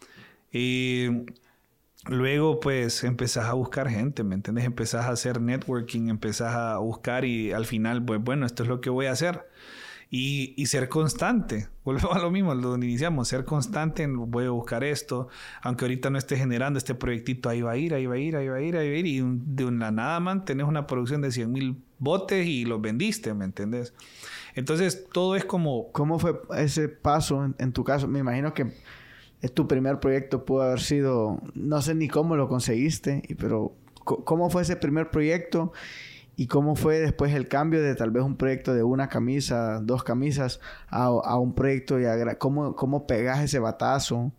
Luego, pues, empezás a buscar gente, ¿me entendés? Empezás a hacer networking, empezás a buscar y al final, pues, bueno, esto es lo que voy a hacer. Y ser constante. Vuelvo a lo mismo, donde iniciamos. Ser constante en voy a buscar esto. Aunque ahorita no esté generando este proyectito, ahí va a ir. Y de la nada, man, tenés una producción de 100,000 botes y los vendiste, ¿me entendés? Entonces, todo es como... ¿Cómo fue ese paso en tu caso? Me imagino que tu primer proyecto pudo haber sido... No sé ni cómo lo conseguiste, pero ¿cómo fue ese primer proyecto? ¿Y cómo fue después el cambio de tal vez un proyecto de una camisa, 2 camisas, a un proyecto ¿Cómo pegas ese batazo?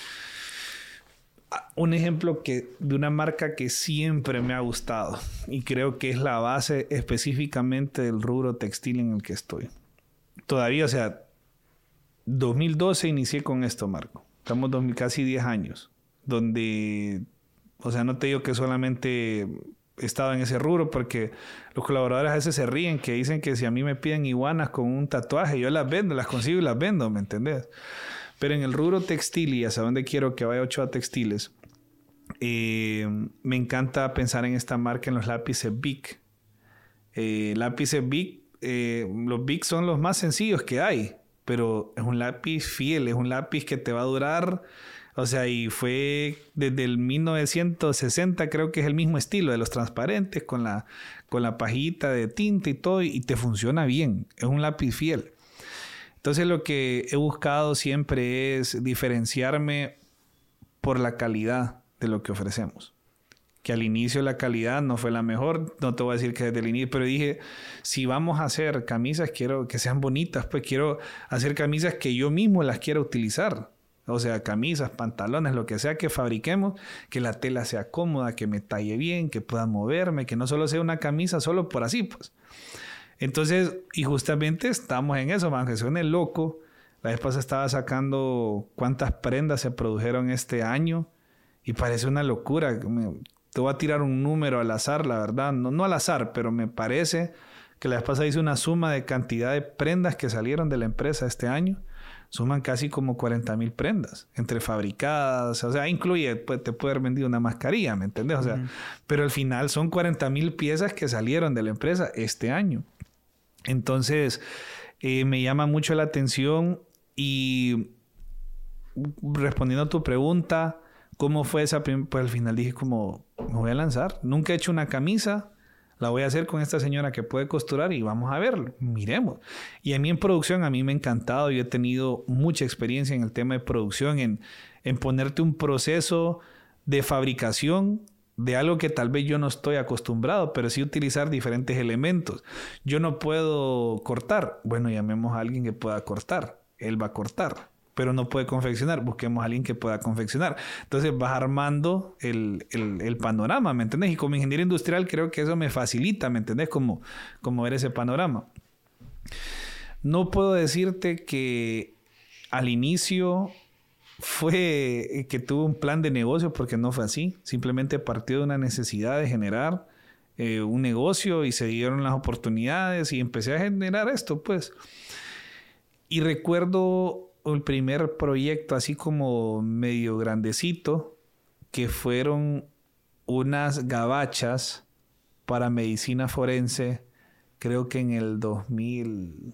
Un ejemplo de una marca que siempre me ha gustado y creo que es la base específicamente del rubro textil en el que estoy. Todavía, o sea, 2012 inicié con esto, Marco. Estamos casi 10 años. Donde, o sea, no te digo que solamente... he estado en ese rubro porque los colaboradores a veces se ríen que dicen que si a mí me piden iguanas con un tatuaje, yo las vendo, las consigo y las vendo, ¿me entendés? Pero en el rubro textil y hacia donde quiero que vaya Ochoa Textiles, me encanta pensar en esta marca, en los lápices Bic. Lápices Bic, los Bic son los más sencillos que hay, pero es un lápiz fiel, es un lápiz que te va a durar... O sea, y fue desde el 1960, creo que es el mismo estilo de los transparentes, con la pajita de tinta y todo, y te funciona bien. Es un lápiz fiel. Entonces, lo que he buscado siempre es diferenciarme por la calidad de lo que ofrecemos. Que al inicio la calidad no fue la mejor, no te voy a decir que desde el inicio, pero dije, si vamos a hacer camisas, quiero que sean bonitas, pues quiero hacer camisas que yo mismo las quiera utilizar. O sea, camisas, pantalones, lo que sea que fabriquemos, que la tela sea cómoda, que me talle bien, que pueda moverme, que no solo sea una camisa solo por así, pues. Entonces, y justamente estamos en eso, aunque suene loco. La vez pasada estaba sacando cuántas prendas se produjeron este año y parece una locura. Te voy a tirar un número al azar, la verdad. No al azar, pero me parece que la vez pasada hice una suma de cantidad de prendas que salieron de la empresa este año. Suman casi como 40,000 prendas entre fabricadas, o sea, incluye, pues, te puede haber vendido una mascarilla, ¿me entiendes? O sea, pero al final son 40,000 piezas que salieron de la empresa este año. Entonces, me llama mucho la atención y respondiendo a tu pregunta, ¿cómo fue esa pues al final dije como, me voy a lanzar. Nunca he hecho una camisa. La voy a hacer con esta señora que puede costurar y vamos a verlo, miremos. Y a mí en producción, a mí me ha encantado. Yo he tenido mucha experiencia en el tema de producción, en ponerte un proceso de fabricación de algo que tal vez yo no estoy acostumbrado, pero sí utilizar diferentes elementos. Yo no puedo cortar. Bueno, llamemos a alguien que pueda cortar. Él va a cortar, pero no puede confeccionar. Busquemos a alguien que pueda confeccionar. Entonces vas armando el panorama, ¿me entendés? Y como ingeniero industrial creo que eso me facilita, ¿me entendés? Como ver ese panorama. No puedo decirte que al inicio fue que tuve un plan de negocio, porque no fue así. Simplemente partió de una necesidad de generar un negocio y se dieron las oportunidades y empecé a generar esto, pues. Y recuerdo el primer proyecto así como medio grandecito, que fueron unas gabachas para medicina forense, creo que en el 2000...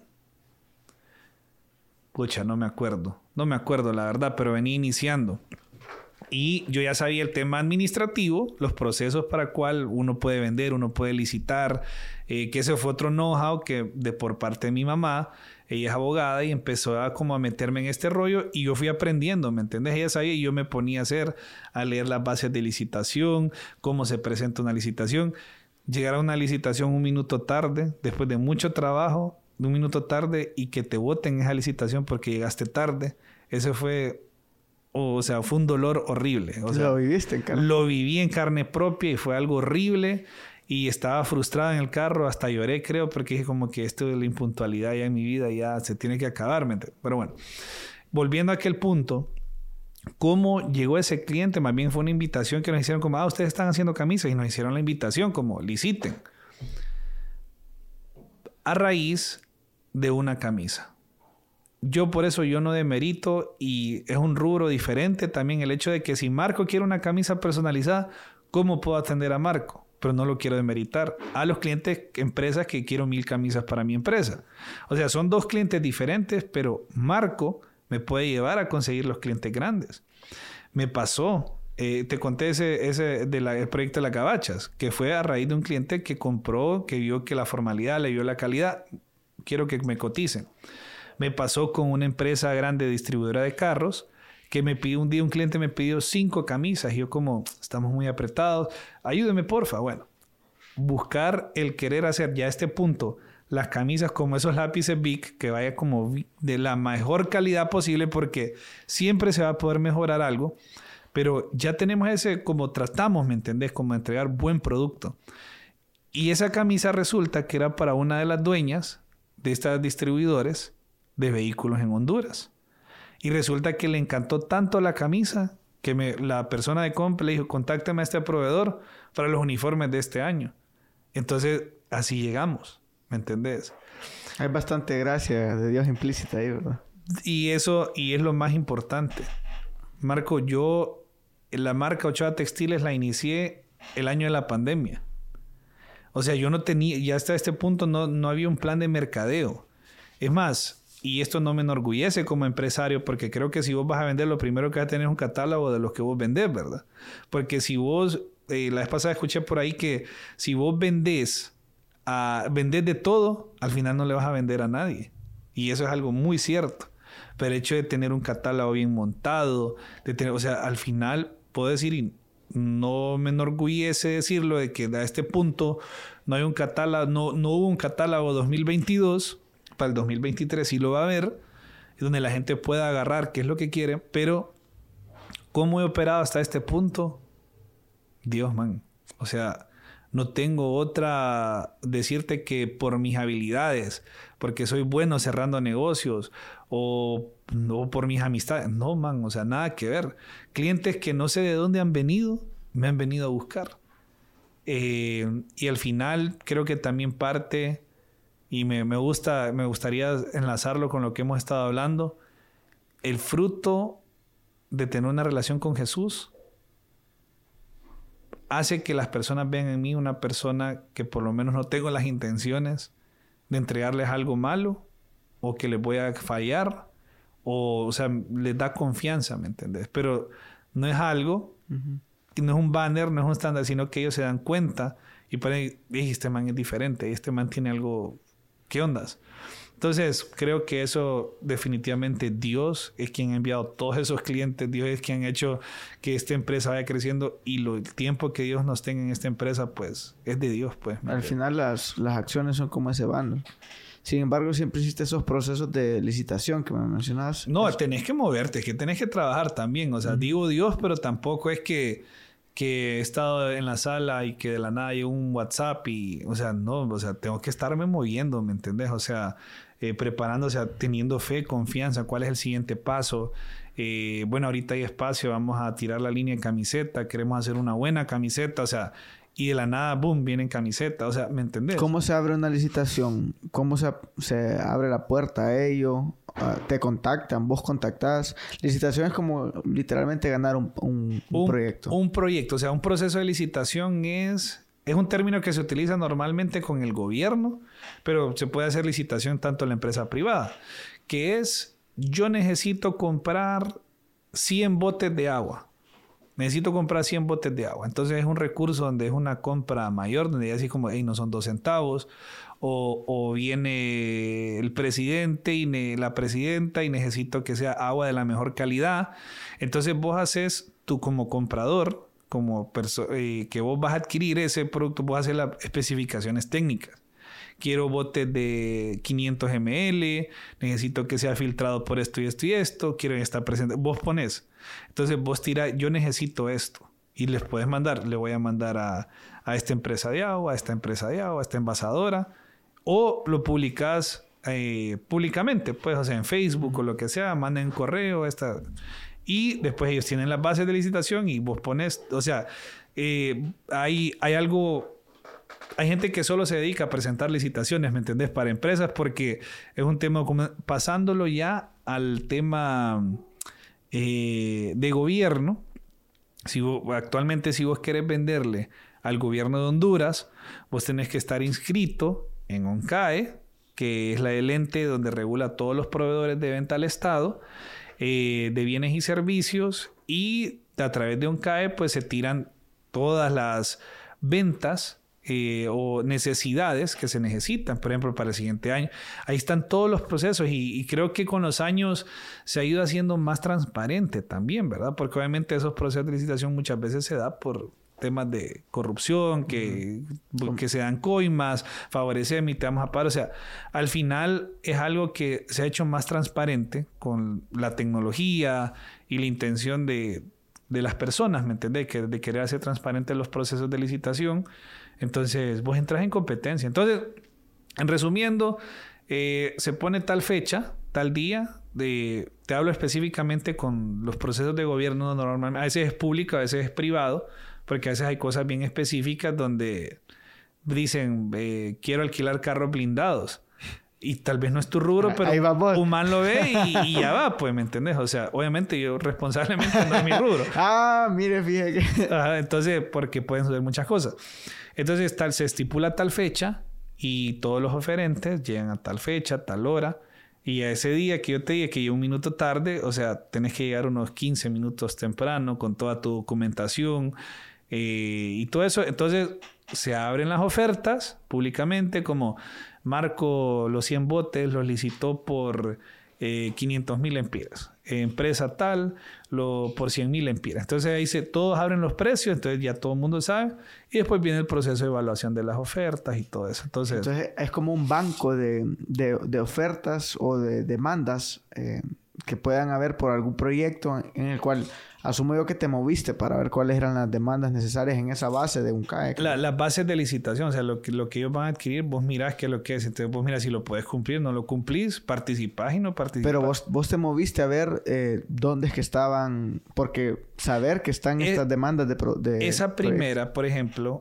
Pucha, no me acuerdo la verdad, pero venía iniciando. Y yo ya sabía el tema administrativo, los procesos para cual uno puede vender, uno puede licitar, que ese fue otro know-how que por parte de mi mamá. Ella es abogada y empezó a meterme en este rollo y yo fui aprendiendo, ¿me entiendes? Ella sabía y yo me ponía a leer las bases de licitación, cómo se presenta una licitación. Llegar a una licitación un minuto tarde, después de mucho trabajo, de un minuto tarde y que te voten esa licitación porque llegaste tarde. Ese fue, fue un dolor horrible. ¿Lo viviste en carne? Lo viví en carne propia y fue algo horrible y estaba frustrado en el carro, hasta lloré creo porque dije como que esto de la impuntualidad ya en mi vida ya se tiene que acabar. Pero bueno, volviendo a aquel punto, ¿cómo llegó ese cliente? Más bien fue una invitación que nos hicieron como, ustedes están haciendo camisas y nos hicieron la invitación como liciten. A raíz de una camisa. Yo por eso yo no demerito y es un rubro diferente también el hecho de que si Marco quiere una camisa personalizada, ¿cómo puedo atender a Marco? Pero no lo quiero demeritar. A los clientes, empresas que quiero 1000 camisas para mi empresa. O sea, son dos clientes diferentes, pero Marco me puede llevar a conseguir los clientes grandes. Me pasó, te conté ese del proyecto de las gabachas, que fue a raíz de un cliente que compró, que vio que la formalidad, le vio la calidad. Quiero que me coticen. Me pasó con una empresa grande distribuidora de carros que me pidió un día, un cliente me pidió 5 camisas. Y yo como, estamos muy apretados, ayúdeme porfa. Bueno, buscar el querer hacer ya a este punto las camisas como esos lápices Bic, que vaya como de la mejor calidad posible porque siempre se va a poder mejorar algo. Pero ya tenemos ese, como tratamos, ¿me entendés? Como entregar buen producto. Y esa camisa resulta que era para una de las dueñas de estas distribuidores de vehículos en Honduras. Y resulta que le encantó tanto la camisa que la persona de compra le dijo, contáctame a este proveedor para los uniformes de este año. Entonces, así llegamos, ¿me entendés? Hay bastante gracia de Dios implícita ahí, ¿verdad? Y eso, y es lo más importante. Marco, yo la marca Ochoa Textiles la inicié el año de la pandemia. O sea, yo no tenía, ya hasta este punto no había un plan de mercadeo. Es más, y esto no me enorgullece como empresario, porque creo que si vos vas a vender, lo primero que vas a tener es un catálogo de los que vos vendés, ¿verdad? Porque si vos, la vez pasada escuché por ahí que si vos vendés de todo, al final no le vas a vender a nadie. Y eso es algo muy cierto. Pero el hecho de tener un catálogo bien montado, o sea, al final puedo decir, y no me enorgullece decirlo, de que a este punto no hay un catálogo, no hubo un catálogo 2022, para el 2023 sí lo va a haber, donde la gente pueda agarrar qué es lo que quiere, pero ¿cómo he operado hasta este punto? Dios, man. O sea, no tengo otra decirte que por mis habilidades, porque soy bueno cerrando negocios o por mis amistades. No, man, o sea, nada que ver. Clientes que no sé de dónde han venido, me han venido a buscar. Y al final creo que también parte, y me gustaría enlazarlo con lo que hemos estado hablando, el fruto de tener una relación con Jesús hace que las personas vean en mí una persona que por lo menos no tengo las intenciones de entregarles algo malo o que les voy a fallar o sea, les da confianza, ¿me entendés? Pero no es algo, no es un banner, no es un estándar, sino que ellos se dan cuenta y ponen, este man es diferente, este man tiene algo, ¿qué ondas? Entonces, creo que eso definitivamente Dios es quien ha enviado todos esos clientes. Dios es quien ha hecho que esta empresa vaya creciendo. Y el tiempo que Dios nos tenga en esta empresa, pues, es de Dios, pues. Al final, las acciones son como ese bando. Sin embargo, siempre existen esos procesos de licitación que me mencionabas. No, tenés que moverte, es que tenés que trabajar también. O sea, digo Dios, pero tampoco es que he estado en la sala y que de la nada hay un WhatsApp y... O sea, no, o sea, tengo que estarme moviendo, ¿me entendés? O sea, preparándose, teniendo fe, confianza, cuál es el siguiente paso. Bueno, ahorita hay espacio, vamos a tirar la línea de camiseta, queremos hacer una buena camiseta, o sea... Y de la nada, boom, vienen camisetas. O sea, ¿me entendés? ¿Cómo se abre una licitación? ¿Cómo se abre la puerta a ello? ¿Te contactan? ¿Vos contactás? Licitación es como literalmente ganar un proyecto. Un proyecto. O sea, un proceso de licitación es un término que se utiliza normalmente con el gobierno, pero se puede hacer licitación tanto en la empresa privada, que es, yo necesito comprar 100 botes de agua. Necesito comprar 100 botes de agua. Entonces es un recurso donde es una compra mayor, donde ya así como, hey, no son 2 centavos. O viene el presidente y la presidenta y necesito que sea agua de la mejor calidad. Entonces vos haces, tú como comprador, que vos vas a adquirir ese producto, vos haces las especificaciones técnicas. Quiero botes de 500 ml, necesito que sea filtrado por esto y esto y esto, quiero estar presente. Vos pones. Entonces vos tirás, yo necesito esto. Y les puedes mandar, le voy a mandar a esta empresa de agua, a esta empresa de agua, a esta envasadora. O lo publicás públicamente, pues, o sea, en Facebook o lo que sea, manden correo, y después ellos tienen las bases de licitación y vos pones, o sea, hay algo... Hay gente que solo se dedica a presentar licitaciones, ¿me entendés? Para empresas, porque es un tema como pasándolo ya al tema de gobierno. Actualmente, si vos querés venderle al gobierno de Honduras, vos tenés que estar inscrito en ONCAE, que es el ente donde regula todos los proveedores de venta al Estado, de bienes y servicios, y a través de ONCAE pues se tiran todas las ventas o necesidades que se necesitan, por ejemplo, para el siguiente año. Ahí están todos los procesos y creo que con los años se ha ido haciendo más transparente también, ¿verdad? Porque obviamente esos procesos de licitación muchas veces se da por temas de corrupción, que se dan coimas, favorecemos y te vamos a pagar. O sea, al final es algo que se ha hecho más transparente con la tecnología y la intención de las personas, ¿me entendés? De querer hacer transparentes los procesos de licitación. Entonces, vos entras en competencia. Entonces, en resumiendo, se pone tal fecha, tal día. Te hablo específicamente con los procesos de gobierno normalmente. A veces es público, a veces es privado, porque a veces hay cosas bien específicas donde dicen, quiero alquilar carros blindados. Y tal vez no es tu rubro, pero un man lo ve y ya va, pues, ¿me entendés? O sea, obviamente yo responsablemente no es mi rubro. Mire, fíjate que... Entonces, porque pueden suceder muchas cosas. Entonces, se estipula tal fecha y todos los oferentes llegan a tal fecha, tal hora. Y a ese día que yo te dije que llegué un minuto tarde, o sea, tenés que llegar unos 15 minutos temprano con toda tu documentación y todo eso. Entonces, se abren las ofertas públicamente como Marco los 100 botes los licitó por 500,000 empiras. Empresa tal, por 100,000 empiras. Entonces ahí todos abren los precios, entonces ya todo el mundo sabe. Y después viene el proceso de evaluación de las ofertas y todo eso. Entonces es como un banco de ofertas o de demandas que puedan haber por algún proyecto en el cual asumo yo que te moviste para ver cuáles eran las demandas necesarias en esa base de un CAE. Las bases de licitación, o sea, lo que ellos van a adquirir, vos mirás qué es lo que es. Entonces vos mirás si lo puedes cumplir, no lo cumplís, participás y no participás. Pero vos te moviste a ver dónde es que estaban, porque saber que están estas demandas de esa primera, por ejemplo,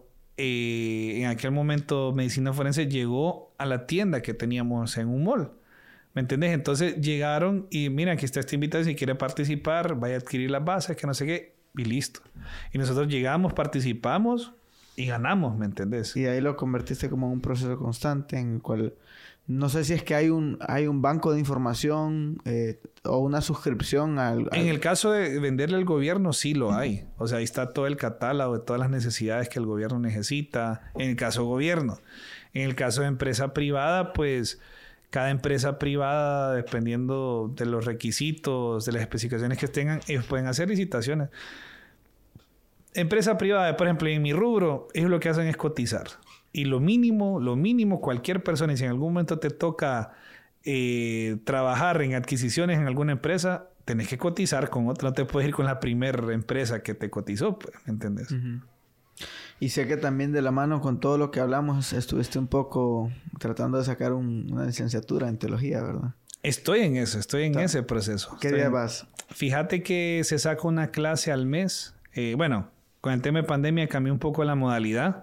en aquel momento Medicina Forense llegó a la tienda que teníamos en un mall. ¿Me entendés? Entonces llegaron y mira, aquí está esta invitación, si quiere participar, vaya a adquirir las bases, que no sé qué, y listo. Y nosotros llegamos, participamos y ganamos, ¿me entendés? Y ahí lo convertiste como en un proceso constante en el cual no sé si es que hay un banco de información o una suscripción En el caso de venderle al gobierno, sí lo hay. O sea, ahí está todo el catálogo de todas las necesidades que el gobierno necesita. En el caso de gobierno. En el caso de empresa privada, pues cada empresa privada, dependiendo de los requisitos, de las especificaciones que tengan, ellos pueden hacer licitaciones. Empresa privada, por ejemplo, en mi rubro, ellos lo que hacen es cotizar. Y lo mínimo, cualquier persona, y si en algún momento te toca trabajar en adquisiciones en alguna empresa, tenés que cotizar con otra. No te puedes ir con la primera empresa que te cotizó, pues, ¿me entiendes? Uh-huh. Y sé que también de la mano con todo lo que hablamos, estuviste un poco tratando de sacar una licenciatura en teología, ¿verdad? Estoy en ese proceso. ¿Qué día vas? Fíjate que se saca una clase al mes. Bueno, con el tema de pandemia cambió un poco la modalidad.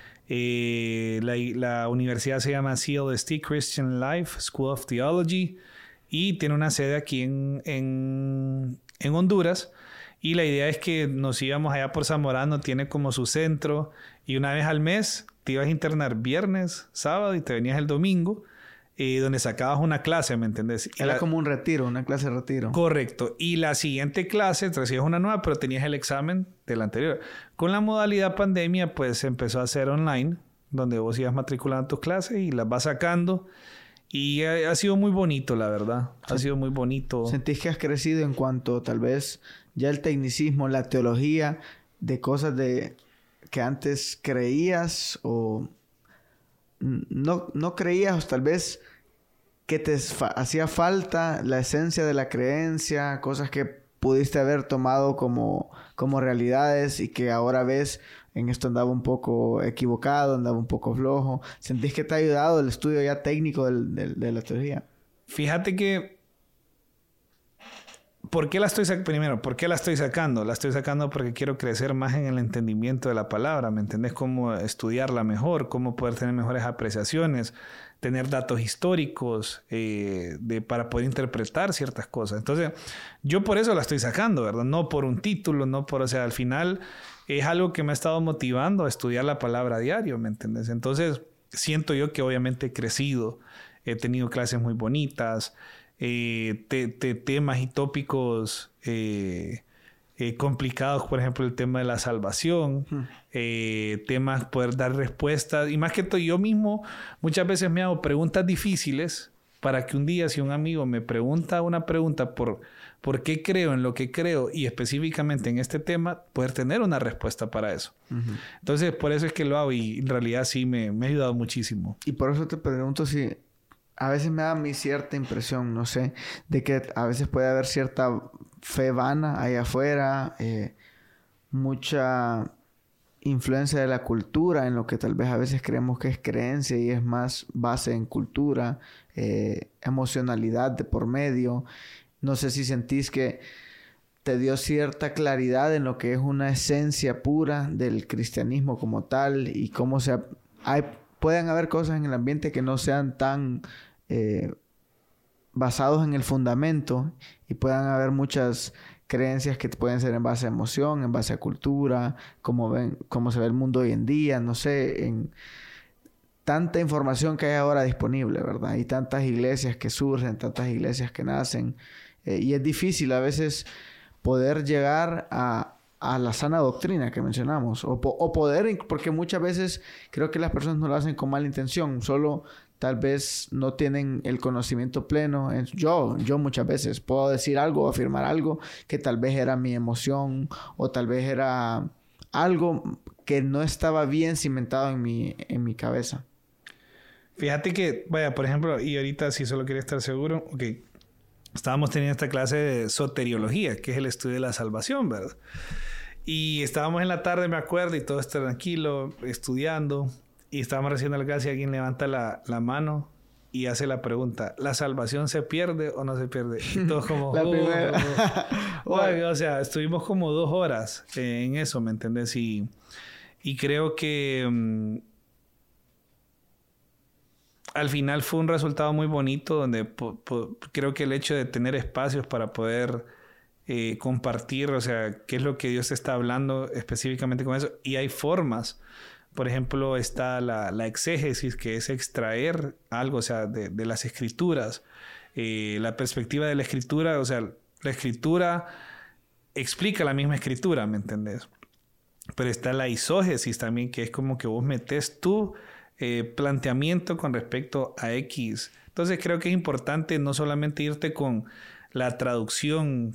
La universidad se llama CLST, Christian Life School of Theology, y tiene una sede aquí en Honduras. Y la idea es que nos íbamos allá por Zamorano, tiene como su centro, y una vez al mes te ibas a internar viernes, sábado y te venías el domingo, donde sacabas una clase, ¿me entendés? Era como un retiro, una clase de retiro. Correcto. Y la siguiente clase te recibías una nueva, pero tenías el examen de la anterior. Con la modalidad pandemia, pues se empezó a hacer online, donde vos ibas matriculando tus clases y las vas sacando. Y ha sido muy bonito, la verdad. Ha sido muy bonito. ¿Sentís que has crecido en cuanto tal vez ya el tecnicismo, la teología, de cosas que antes creías o no creías, o tal vez que te hacía falta la esencia de la creencia, cosas que pudiste haber tomado como realidades y que ahora ves en esto andaba un poco equivocado, andaba un poco flojo? ¿Sentís que te ha ayudado el estudio ya técnico de la teología? Fíjate que ¿por qué la estoy sacando? La estoy sacando porque quiero crecer más en el entendimiento de la palabra, ¿me entendés? Cómo estudiarla mejor, cómo poder tener mejores apreciaciones, tener datos históricos para poder interpretar ciertas cosas. Entonces, yo por eso la estoy sacando, ¿verdad? No por un título, o sea, al final es algo que me ha estado motivando a estudiar la palabra a diario, ¿me entendés? Entonces, siento yo que obviamente he crecido, he tenido clases muy bonitas, temas y tópicos complicados, por ejemplo el tema de la salvación, temas, poder dar respuestas, y más que todo yo mismo muchas veces me hago preguntas difíciles para que un día, si un amigo me pregunta una pregunta por qué creo en lo que creo y específicamente en este tema, poder tener una respuesta para eso. Uh-huh. Entonces por eso es que lo hago, y en realidad sí me ha ayudado muchísimo. Y por eso te pregunto si a veces me da a mí cierta impresión, no sé, de que a veces puede haber cierta fe vana ahí afuera, mucha influencia de la cultura en lo que tal vez a veces creemos que es creencia y es más base en cultura, emocionalidad de por medio. No sé si sentís que te dio cierta claridad en lo que es una esencia pura del cristianismo como tal y cómo pueden haber cosas en el ambiente que no sean tan basados en el fundamento y puedan haber muchas creencias que pueden ser en base a emoción, en base a cultura, cómo se ve el mundo hoy en día, no sé, en tanta información que hay ahora disponible, ¿verdad? Y tantas iglesias que surgen, tantas iglesias que nacen, y es difícil a veces poder llegar a la sana doctrina que mencionamos, o poder, porque muchas veces creo que las personas no lo hacen con mala intención, solo tal vez no tienen el conocimiento pleno. Yo muchas veces puedo decir algo o afirmar algo que tal vez era mi emoción o tal vez era algo que no estaba bien cimentado en mi cabeza. Fíjate que, vaya, por ejemplo, y ahorita si solo quería estar seguro, estábamos teniendo esta clase de soteriología, que es el estudio de la salvación, ¿verdad? Y estábamos en la tarde, me acuerdo, y todo está tranquilo, estudiando. Y estábamos recibiendo la clase y alguien levanta la mano y hace la pregunta: ¿la salvación se pierde o no se pierde? Y todos como... la primera. O sea, estuvimos como 2 horas en eso, ¿me entendés? Y creo que... al final fue un resultado muy bonito donde creo que el hecho de tener espacios para poder compartir, o sea, qué es lo que Dios está hablando específicamente con eso. Y hay formas. Por ejemplo, está la exégesis, que es extraer algo, o sea, de las escrituras. La perspectiva de la escritura, o sea, la escritura explica la misma escritura, ¿me entendés? Pero está la isógesis también, que es como que vos metés tu planteamiento con respecto a X Entonces creo que es importante no solamente irte con la traducción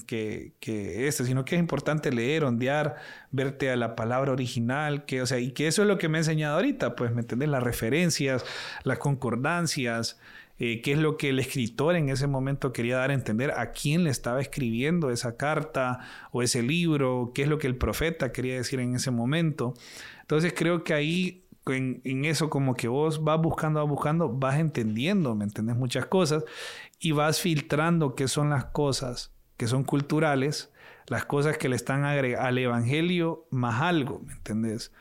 sino que es importante leer, ondear, verte a la palabra original, y que eso es lo que me ha enseñado ahorita, pues, ¿me entiendes? Las referencias, las concordancias, qué es lo que el escritor en ese momento quería dar a entender, a quién le estaba escribiendo esa carta o ese libro, qué es lo que el profeta quería decir en ese momento. Entonces creo que ahí, en eso, como que vos vas buscando, vas entendiendo, ¿me entendés? Muchas cosas y vas filtrando qué son las cosas que son culturales, las cosas que le están agregando al evangelio más algo, ¿me entendés?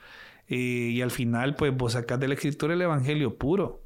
Y al final, pues vos sacás de la escritura el evangelio puro.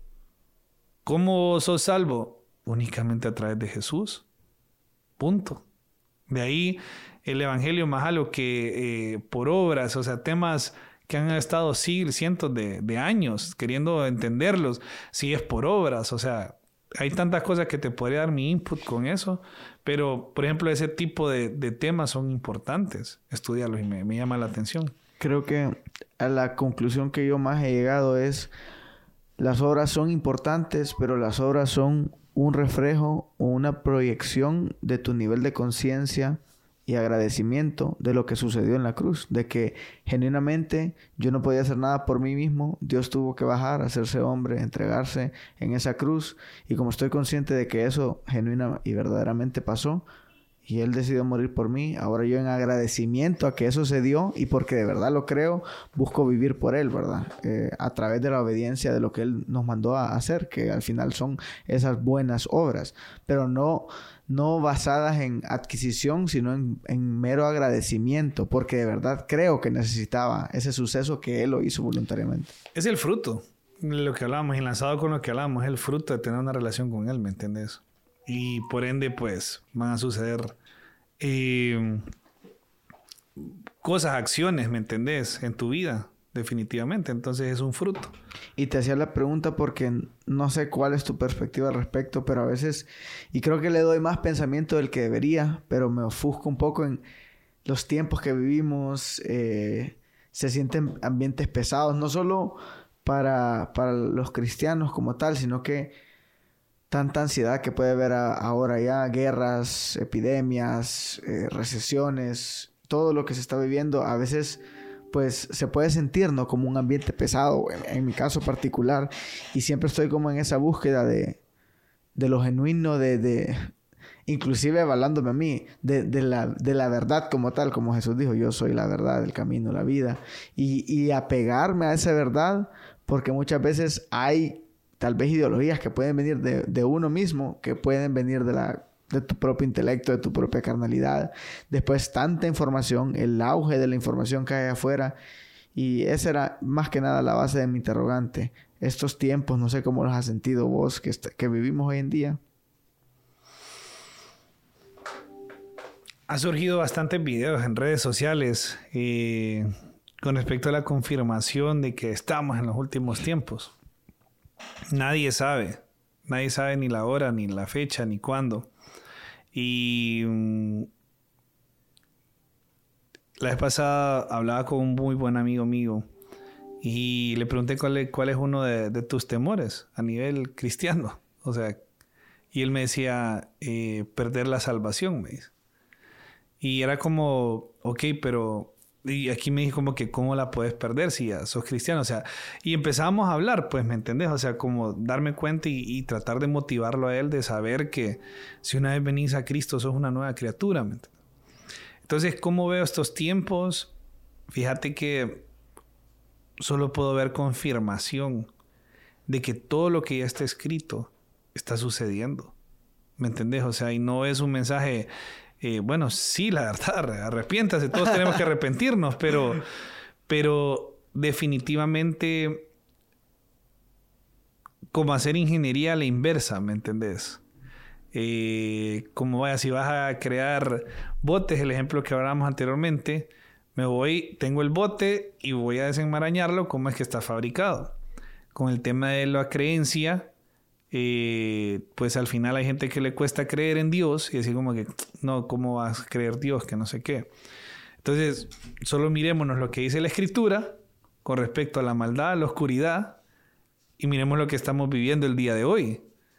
¿Cómo sos salvo? Únicamente a través de Jesús. Punto. De ahí el evangelio más algo que por obras, temas que han estado cientos de años queriendo entenderlos, si es por obras, hay tantas cosas que te podría dar mi input con eso, pero por ejemplo ese tipo de temas son importantes, estudiarlos y me llama la atención. Creo que a la conclusión que yo más he llegado es: las obras son importantes, pero las obras son un reflejo o una proyección de tu nivel de conciencia y agradecimiento de lo que sucedió en la cruz, de que genuinamente yo no podía hacer nada por mí mismo, Dios tuvo que bajar, hacerse hombre, entregarse en esa cruz, y como estoy consciente de que eso genuina y verdaderamente pasó, y Él decidió morir por mí, ahora yo en agradecimiento a que eso se dio y porque de verdad lo creo, busco vivir por Él, ¿verdad? A través de la obediencia de lo que Él nos mandó a hacer, que al final son esas buenas obras, pero no basadas en adquisición, sino en mero agradecimiento, porque de verdad creo que necesitaba ese suceso que Él lo hizo voluntariamente. Es el fruto, lo que hablábamos, enlazado con lo que hablábamos, es el fruto de tener una relación con Él, ¿me entiendes? Y por ende, pues, van a suceder cosas, acciones, ¿me entendés? En tu vida, definitivamente. Entonces es un fruto. Y te hacía la pregunta porque no sé cuál es tu perspectiva al respecto, pero a veces, y creo que le doy más pensamiento del que debería, pero me ofusco un poco en los tiempos que vivimos. Se sienten ambientes pesados, no solo para los cristianos como tal, sino que tanta ansiedad que puede haber ahora ya, guerras, epidemias, recesiones, todo lo que se está viviendo, a veces pues se puede sentir, ¿no?, como un ambiente pesado, en mi caso particular, y siempre estoy como en esa búsqueda de lo genuino, inclusive avalándome a mí, de la verdad como tal, como Jesús dijo: yo soy la verdad, el camino, la vida, y apegarme a esa verdad, porque muchas veces hay tal vez ideologías que pueden venir de uno mismo, que pueden venir de tu propio intelecto, de tu propia carnalidad. Después tanta información, el auge de la información que hay afuera. Y esa era más que nada la base de mi interrogante. Estos tiempos, no sé cómo los has sentido vos que vivimos hoy en día. Ha surgido bastantes videos en redes sociales con respecto a la confirmación de que estamos en los últimos tiempos. Nadie sabe ni la hora, ni la fecha, ni cuándo. Y la vez pasada hablaba con un muy buen amigo mío y le pregunté cuál es uno de tus temores a nivel cristiano. Y él me decía, perder la salvación, me dice. Y era como, ok, pero... Y aquí me dijo como que cómo la puedes perder si ya sos cristiano. Y empezamos a hablar, pues, ¿me entendés? Como darme cuenta y tratar de motivarlo a él, de saber que si una vez venís a Cristo sos una nueva criatura, ¿me entendés? Entonces, ¿cómo veo estos tiempos? Fíjate que solo puedo ver confirmación de que todo lo que ya está escrito está sucediendo. ¿Me entendés? Y no es un mensaje... bueno, sí, la verdad, arrepiéntase, todos tenemos que arrepentirnos, pero definitivamente como hacer ingeniería a la inversa, ¿me entendés? Si vas a crear botes, el ejemplo que hablábamos anteriormente, tengo el bote y voy a desenmarañarlo, cómo es que está fabricado. Con el tema de la creencia, pues al final hay gente que le cuesta creer en Dios y decir como que no, ¿cómo vas a creer Dios? Que no sé qué. Entonces, solo mirémonos lo que dice la Escritura con respecto a la maldad, a la oscuridad, y miremos lo que estamos viviendo el día de hoy.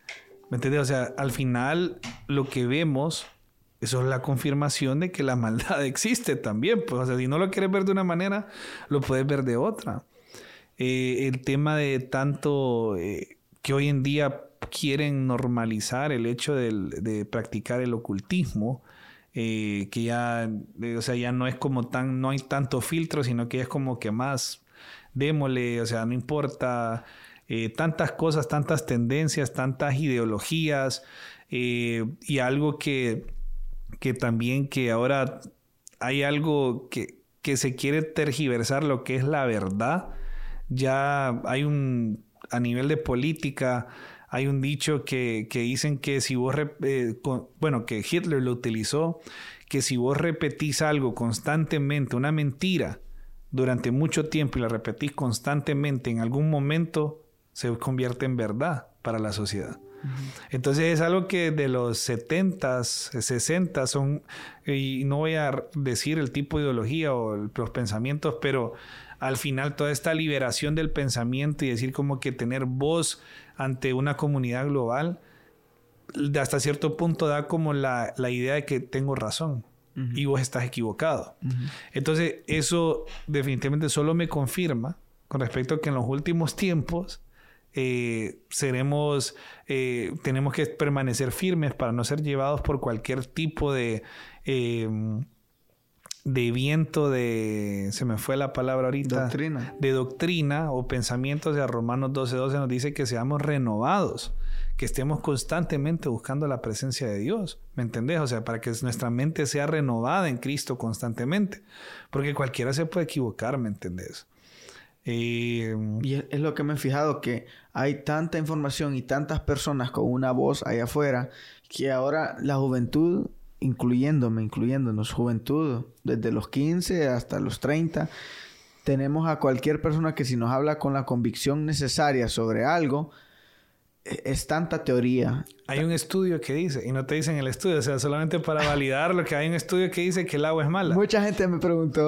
¿Me entiendes? O sea, al final lo que vemos, eso es la confirmación de que la maldad existe también. Pues, o sea, si no lo quieres ver de una manera, lo puedes ver de otra. El tema de tanto que hoy en día quieren normalizar el hecho de practicar el ocultismo, que ya, o sea, ya no es como no hay tanto filtro, sino que es como que más démosle, o sea, no importa, tantas cosas, tantas tendencias, tantas ideologías, y algo que también que ahora hay algo que se quiere tergiversar lo que es la verdad. Ya hay a nivel de política, hay un dicho que dicen que si vos, que Hitler lo utilizó, que si vos repetís algo constantemente, una mentira, durante mucho tiempo y la repetís constantemente, en algún momento se convierte en verdad para la sociedad. Entonces es algo que de los 70s, 60s son, y no voy a decir el tipo de ideología o los pensamientos, pero al final toda esta liberación del pensamiento y decir como que tener voz ante una comunidad global, hasta cierto punto da como la idea de que tengo razón y vos estás equivocado. Entonces eso definitivamente solo me confirma con respecto a que en los últimos tiempos tenemos que permanecer firmes para no ser llevados por cualquier tipo de viento se me fue la palabra ahorita, de doctrina o pensamientos. O sea, Romanos 12:12 nos dice que seamos renovados, que estemos constantemente buscando la presencia de Dios, ¿me entendés? O sea, para que nuestra mente sea renovada en Cristo constantemente, porque cualquiera se puede equivocar, ¿me entendés? Y es lo que me he fijado, que hay tanta información y tantas personas con una voz allá afuera, que ahora la juventud, incluyéndonos, juventud, desde los 15 hasta los 30, tenemos a cualquier persona que si nos habla con la convicción necesaria sobre algo, es tanta teoría. Hay un estudio que dice, y no te dicen el estudio, o sea, solamente para validar lo que hay un estudio que dice que el agua es mala. Mucha gente me preguntó.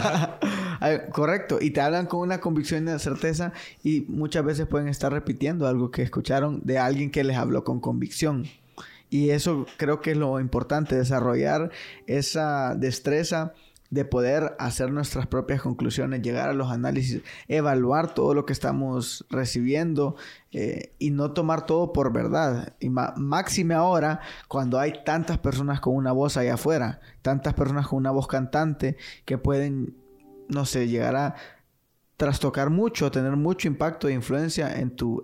Correcto. Y te hablan con una convicción y una certeza, y muchas veces pueden estar repitiendo algo que escucharon de alguien que les habló con convicción. Y eso creo que es lo importante, desarrollar esa destreza de poder hacer nuestras propias conclusiones, llegar a los análisis, evaluar todo lo que estamos recibiendo y no tomar todo por verdad. Y máxime ahora, cuando hay tantas personas con una voz allá afuera, tantas personas con una voz cantante que pueden, no sé, llegar a trastocar mucho, tener mucho impacto e influencia en tu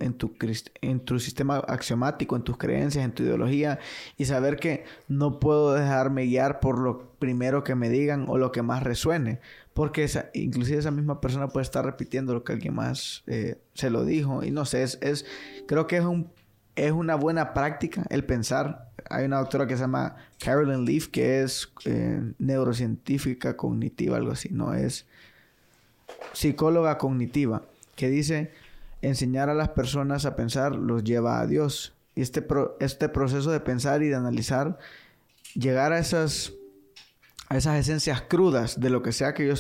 sistema axiomático, en tus creencias, en tu ideología, y saber que no puedo dejarme guiar por lo primero que me digan o lo que más resuene, porque inclusive esa misma persona puede estar repitiendo lo que alguien más se lo dijo, y no sé, creo que es una buena práctica el pensar. Hay una doctora que se llama Carolyn Leaf, que es neurocientífica cognitiva, algo así, no es psicóloga cognitiva, que dice: enseñar a las personas a pensar los lleva a Dios. Y este proceso de pensar y de analizar, llegar a esas esencias crudas de lo que sea que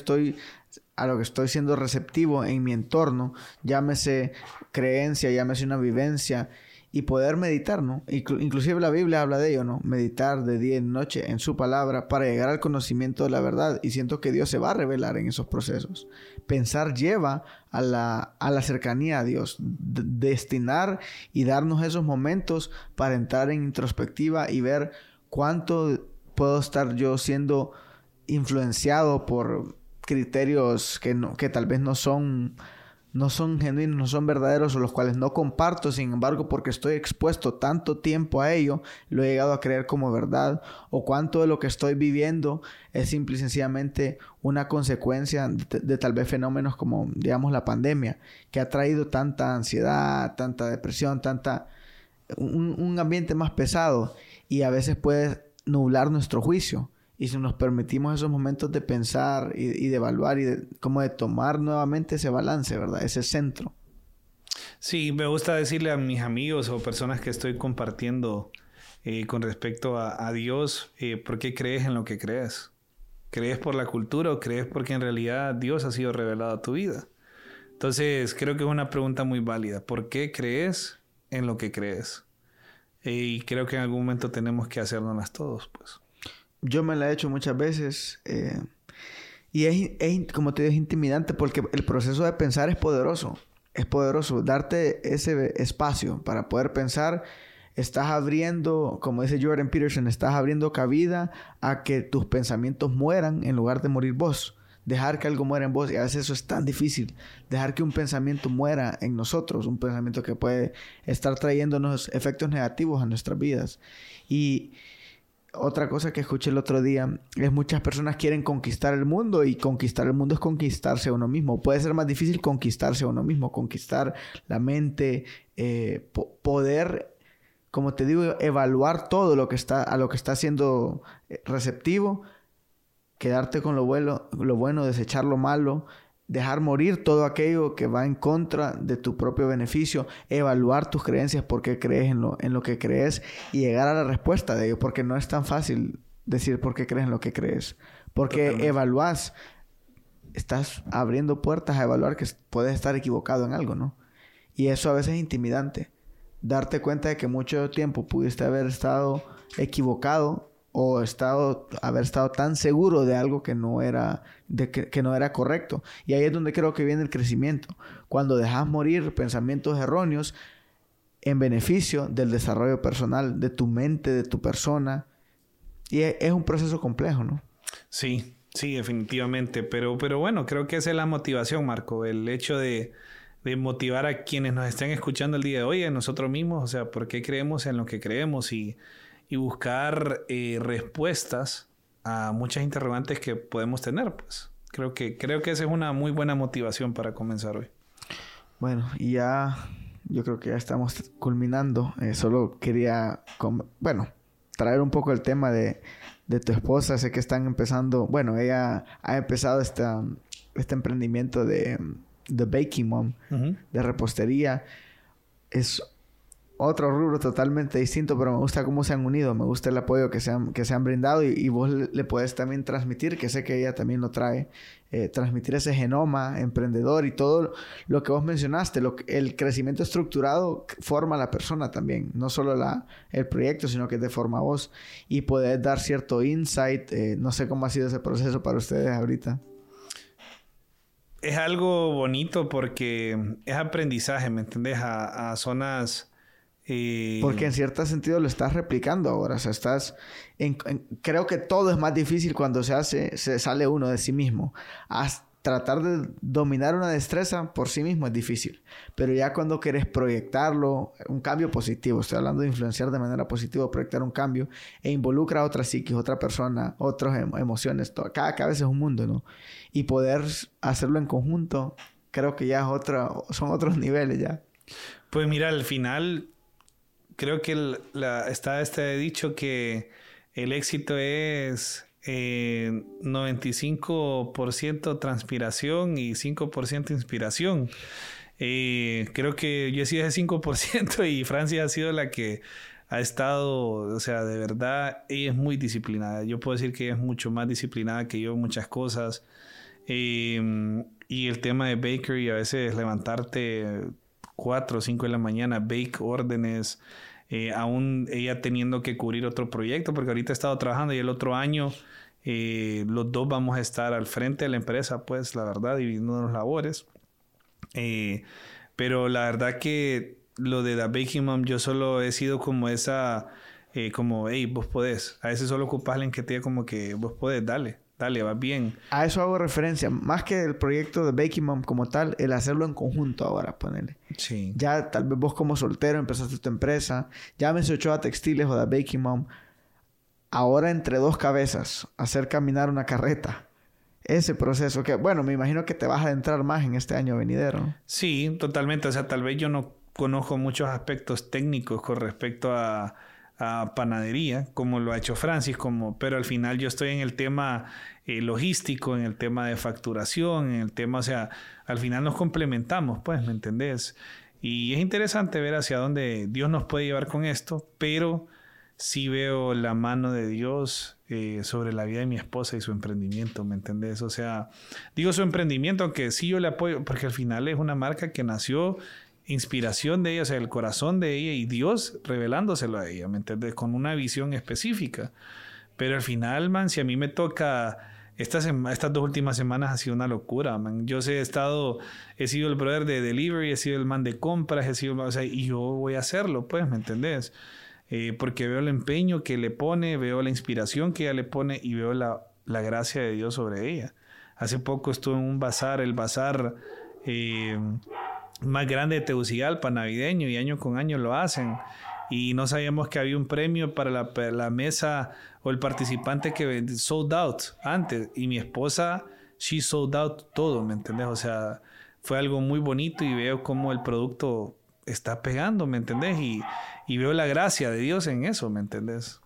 a lo que estoy siendo receptivo en mi entorno, llámese creencia, llámese una vivencia, y poder meditar, ¿no? Inclusive la Biblia habla de ello, ¿no? Meditar de día y de noche en su palabra para llegar al conocimiento de la verdad. Y siento que Dios se va a revelar en esos procesos. Pensar lleva a la cercanía a Dios. Destinar y darnos esos momentos para entrar en introspectiva y ver cuánto puedo estar yo siendo influenciado por criterios que tal vez no son genuinos, no son verdaderos, o los cuales no comparto. Sin embargo, porque estoy expuesto tanto tiempo a ello, lo he llegado a creer como verdad, o cuánto de lo que estoy viviendo es simple y sencillamente una consecuencia de tal vez fenómenos como, digamos, la pandemia, que ha traído tanta ansiedad, tanta depresión, un ambiente más pesado, y a veces puede nublar nuestro juicio. Y si nos permitimos esos momentos de pensar y de evaluar y como de tomar nuevamente ese balance, ¿verdad? Ese centro. Sí, me gusta decirle a mis amigos o personas que estoy compartiendo con respecto a Dios, ¿por qué crees en lo que crees? ¿Crees por la cultura o crees porque en realidad Dios ha sido revelado a tu vida? Entonces, creo que es una pregunta muy válida. ¿Por qué crees en lo que crees? Y creo que en algún momento tenemos que hacérnoslas todos, pues. Yo me la he hecho muchas veces. Y como te digo, es intimidante porque el proceso de pensar es poderoso. Es poderoso. Darte ese espacio para poder pensar, estás abriendo, como dice Jordan Peterson, estás abriendo cabida a que tus pensamientos mueran en lugar de morir vos. Dejar que algo muera en vos. Y a veces eso es tan difícil. Dejar que un pensamiento muera en nosotros. Un pensamiento que puede estar trayéndonos efectos negativos a nuestras vidas. Y otra cosa que escuché el otro día es muchas personas quieren conquistar el mundo y conquistar el mundo es conquistarse a uno mismo. Puede ser más difícil conquistarse a uno mismo, conquistar la mente, poder, como te digo, evaluar todo lo que está siendo receptivo, quedarte con lo bueno, desechar lo malo, dejar morir todo aquello que va en contra de tu propio beneficio, evaluar tus creencias, por qué crees en lo que crees y llegar a la respuesta de ello, porque no es tan fácil decir por qué crees en lo que crees, porque Totalmente. evalúas, estás abriendo puertas a evaluar que puedes estar equivocado en algo, ¿no? Y eso a veces es intimidante, darte cuenta de que mucho tiempo pudiste haber estado equivocado o haber estado tan seguro de algo que no era, que no era correcto. Y ahí es donde creo que viene el crecimiento. Cuando dejas morir pensamientos erróneos en beneficio del desarrollo personal, de tu mente, de tu persona. Y es un proceso complejo, ¿no? Sí, sí, definitivamente. Pero bueno, creo que esa es la motivación, Marco. El hecho de motivar a quienes nos estén escuchando el día de hoy, a nosotros mismos. O sea, por qué creemos en lo que creemos y buscar respuestas a muchas interrogantes que podemos tener, pues. Creo que esa es una muy buena motivación para comenzar hoy. Bueno, y ya yo creo que ya estamos culminando. Solo quería, traer un poco el tema de tu esposa. Sé que están empezando, ella ha empezado este emprendimiento de Baking Mom, de repostería. Es otro rubro totalmente distinto, pero me gusta cómo se han unido, me gusta el apoyo que se han brindado y vos le puedes también transmitir, que sé que ella también lo trae, transmitir ese genoma emprendedor y todo lo que vos mencionaste, el crecimiento estructurado forma a la persona también, no solo el proyecto, sino que te forma a vos y poder dar cierto insight. No sé cómo ha sido ese proceso para ustedes ahorita. Es algo bonito porque es aprendizaje, ¿me entendés? A zonas... Porque en cierto sentido lo estás replicando ahora. O sea, creo que todo es más difícil cuando se sale uno de sí mismo. Tratar de dominar una destreza por sí mismo es difícil. Pero ya cuando quieres proyectarlo, un cambio positivo, estoy hablando de influenciar de manera positiva, proyectar un cambio, e involucra a otra psiquis, otra persona, otras emociones, cada vez es un mundo, ¿no? Y poder hacerlo en conjunto, creo que ya son otros niveles ya. Pues mira, al final... Creo que está este dicho que el éxito es 95% transpiración y 5% inspiración. Creo que yo he sido ese 5% y Francia ha sido la que ha estado, o sea, de verdad, ella es muy disciplinada. Yo puedo decir que ella es mucho más disciplinada que yo en muchas cosas. Y el tema de bakery, a veces levantarte 4 o 5 de la mañana, bake órdenes, aún ella teniendo que cubrir otro proyecto, porque ahorita he estado trabajando y el otro año los dos vamos a estar al frente de la empresa, pues la verdad, dividiendo los labores. Pero la verdad que lo de The Baking Mom, yo solo he sido como esa, como, hey, vos podés. A veces solo ocupas alguien que te diga como que vos podés, dale, vas bien. A eso hago referencia. Más que el proyecto de Baking Mom como tal, el hacerlo en conjunto ahora, ponele. Sí. Ya tal vez vos como soltero empezaste tu empresa, llámese Ochoa Textiles o The Baking Mom. Ahora entre dos cabezas, hacer caminar una carreta. Ese proceso que, bueno, me imagino que te vas a adentrar más en este año venidero, ¿no? Sí, totalmente. O sea, tal vez yo no conozco muchos aspectos técnicos con respecto a panadería, como lo ha hecho Francis, pero al final yo estoy en el tema logístico, en el tema de facturación, en el tema, o sea, al final nos complementamos, pues, ¿me entendés? Y es interesante ver hacia dónde Dios nos puede llevar con esto, pero sí veo la mano de Dios sobre la vida de mi esposa y su emprendimiento, ¿me entendés? O sea, digo su emprendimiento, aunque sí yo le apoyo, porque al final es una marca que nació inspiración de ella, o sea, el corazón de ella y Dios revelándoselo a ella, ¿me entiendes? Con una visión específica. Pero al final, man, si a mí me toca... Estas 2 últimas semanas ha sido una locura, man. Yo he sido el brother de delivery, he sido el man de compras, o sea, y yo voy a hacerlo, pues, ¿me entendés? Porque veo el empeño que le pone, veo la inspiración que ella le pone y veo la gracia de Dios sobre ella. Hace poco estuve en un bazar, el bazar más grande de Tegucigalpa, navideño, y año con año lo hacen. Y no sabíamos que había un premio para la mesa o el participante que sold out antes. Y mi esposa, she sold out todo, ¿me entendés? O sea, fue algo muy bonito y veo cómo el producto está pegando, ¿me entendés? Y veo la gracia de Dios en eso, ¿me entendés?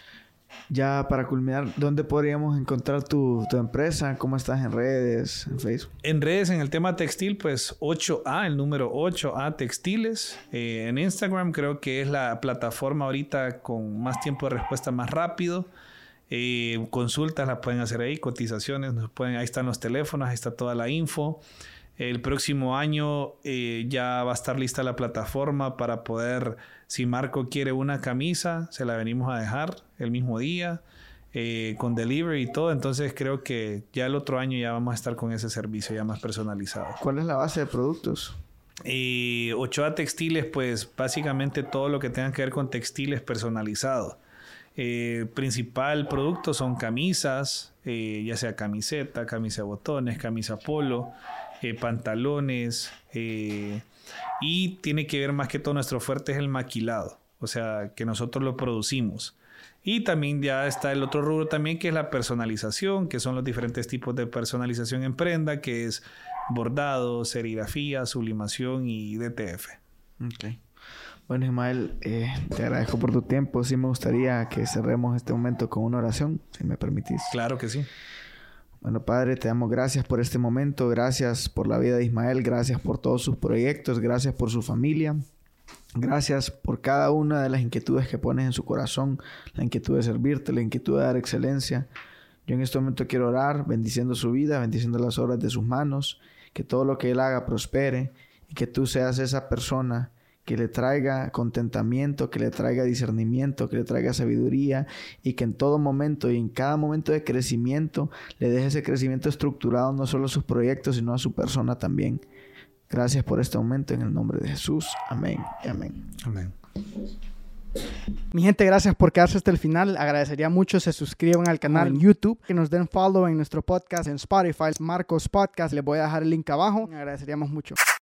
Ya para culminar, ¿dónde podríamos encontrar tu empresa? ¿Cómo estás en redes, en Facebook? En redes, en el tema textil, pues 8A, el número 8A Textiles. En Instagram creo que es la plataforma ahorita con más tiempo de respuesta, más rápido. Consultas las pueden hacer ahí, cotizaciones, ahí están los teléfonos, ahí está toda la info. El próximo año ya va a estar lista la plataforma para poder, si Marco quiere una camisa, se la venimos a dejar el mismo día, con delivery y todo. Entonces creo que ya el otro año ya vamos a estar con ese servicio ya más personalizado. ¿Cuál es la base de productos? 8A Textiles, pues básicamente todo lo que tenga que ver con textiles personalizados. Principal producto son camisas, ya sea camiseta, camisa de botones, camisa polo, pantalones, y tiene que ver más que todo, nuestro fuerte es el maquilado, o sea que nosotros lo producimos. Y también ya está el otro rubro también, que es la personalización, que son los diferentes tipos de personalización en prenda, que es bordado, serigrafía, sublimación y DTF. Okay. Bueno, Ismael, te agradezco por tu tiempo. Sí me gustaría que cerremos este momento con una oración, si me permitís. Claro que sí. Bueno, Padre, te damos gracias por este momento, gracias por la vida de Ismael, gracias por todos sus proyectos, gracias por su familia, gracias por cada una de las inquietudes que pones en su corazón, la inquietud de servirte, la inquietud de dar excelencia. Yo en este momento quiero orar, bendiciendo su vida, bendiciendo las obras de sus manos, que todo lo que él haga prospere y que tú seas esa persona que le traiga contentamiento, que le traiga discernimiento, que le traiga sabiduría y que en todo momento y en cada momento de crecimiento le deje ese crecimiento estructurado no solo a sus proyectos, sino a su persona también. Gracias por este momento en el nombre de Jesús. Amén y amén. Amén. Mi gente, gracias por quedarse hasta el final. Agradecería mucho se suscriban al canal en YouTube, que nos den follow en nuestro podcast en Spotify, Marcos Podcast. Les voy a dejar el link abajo. Agradeceríamos mucho.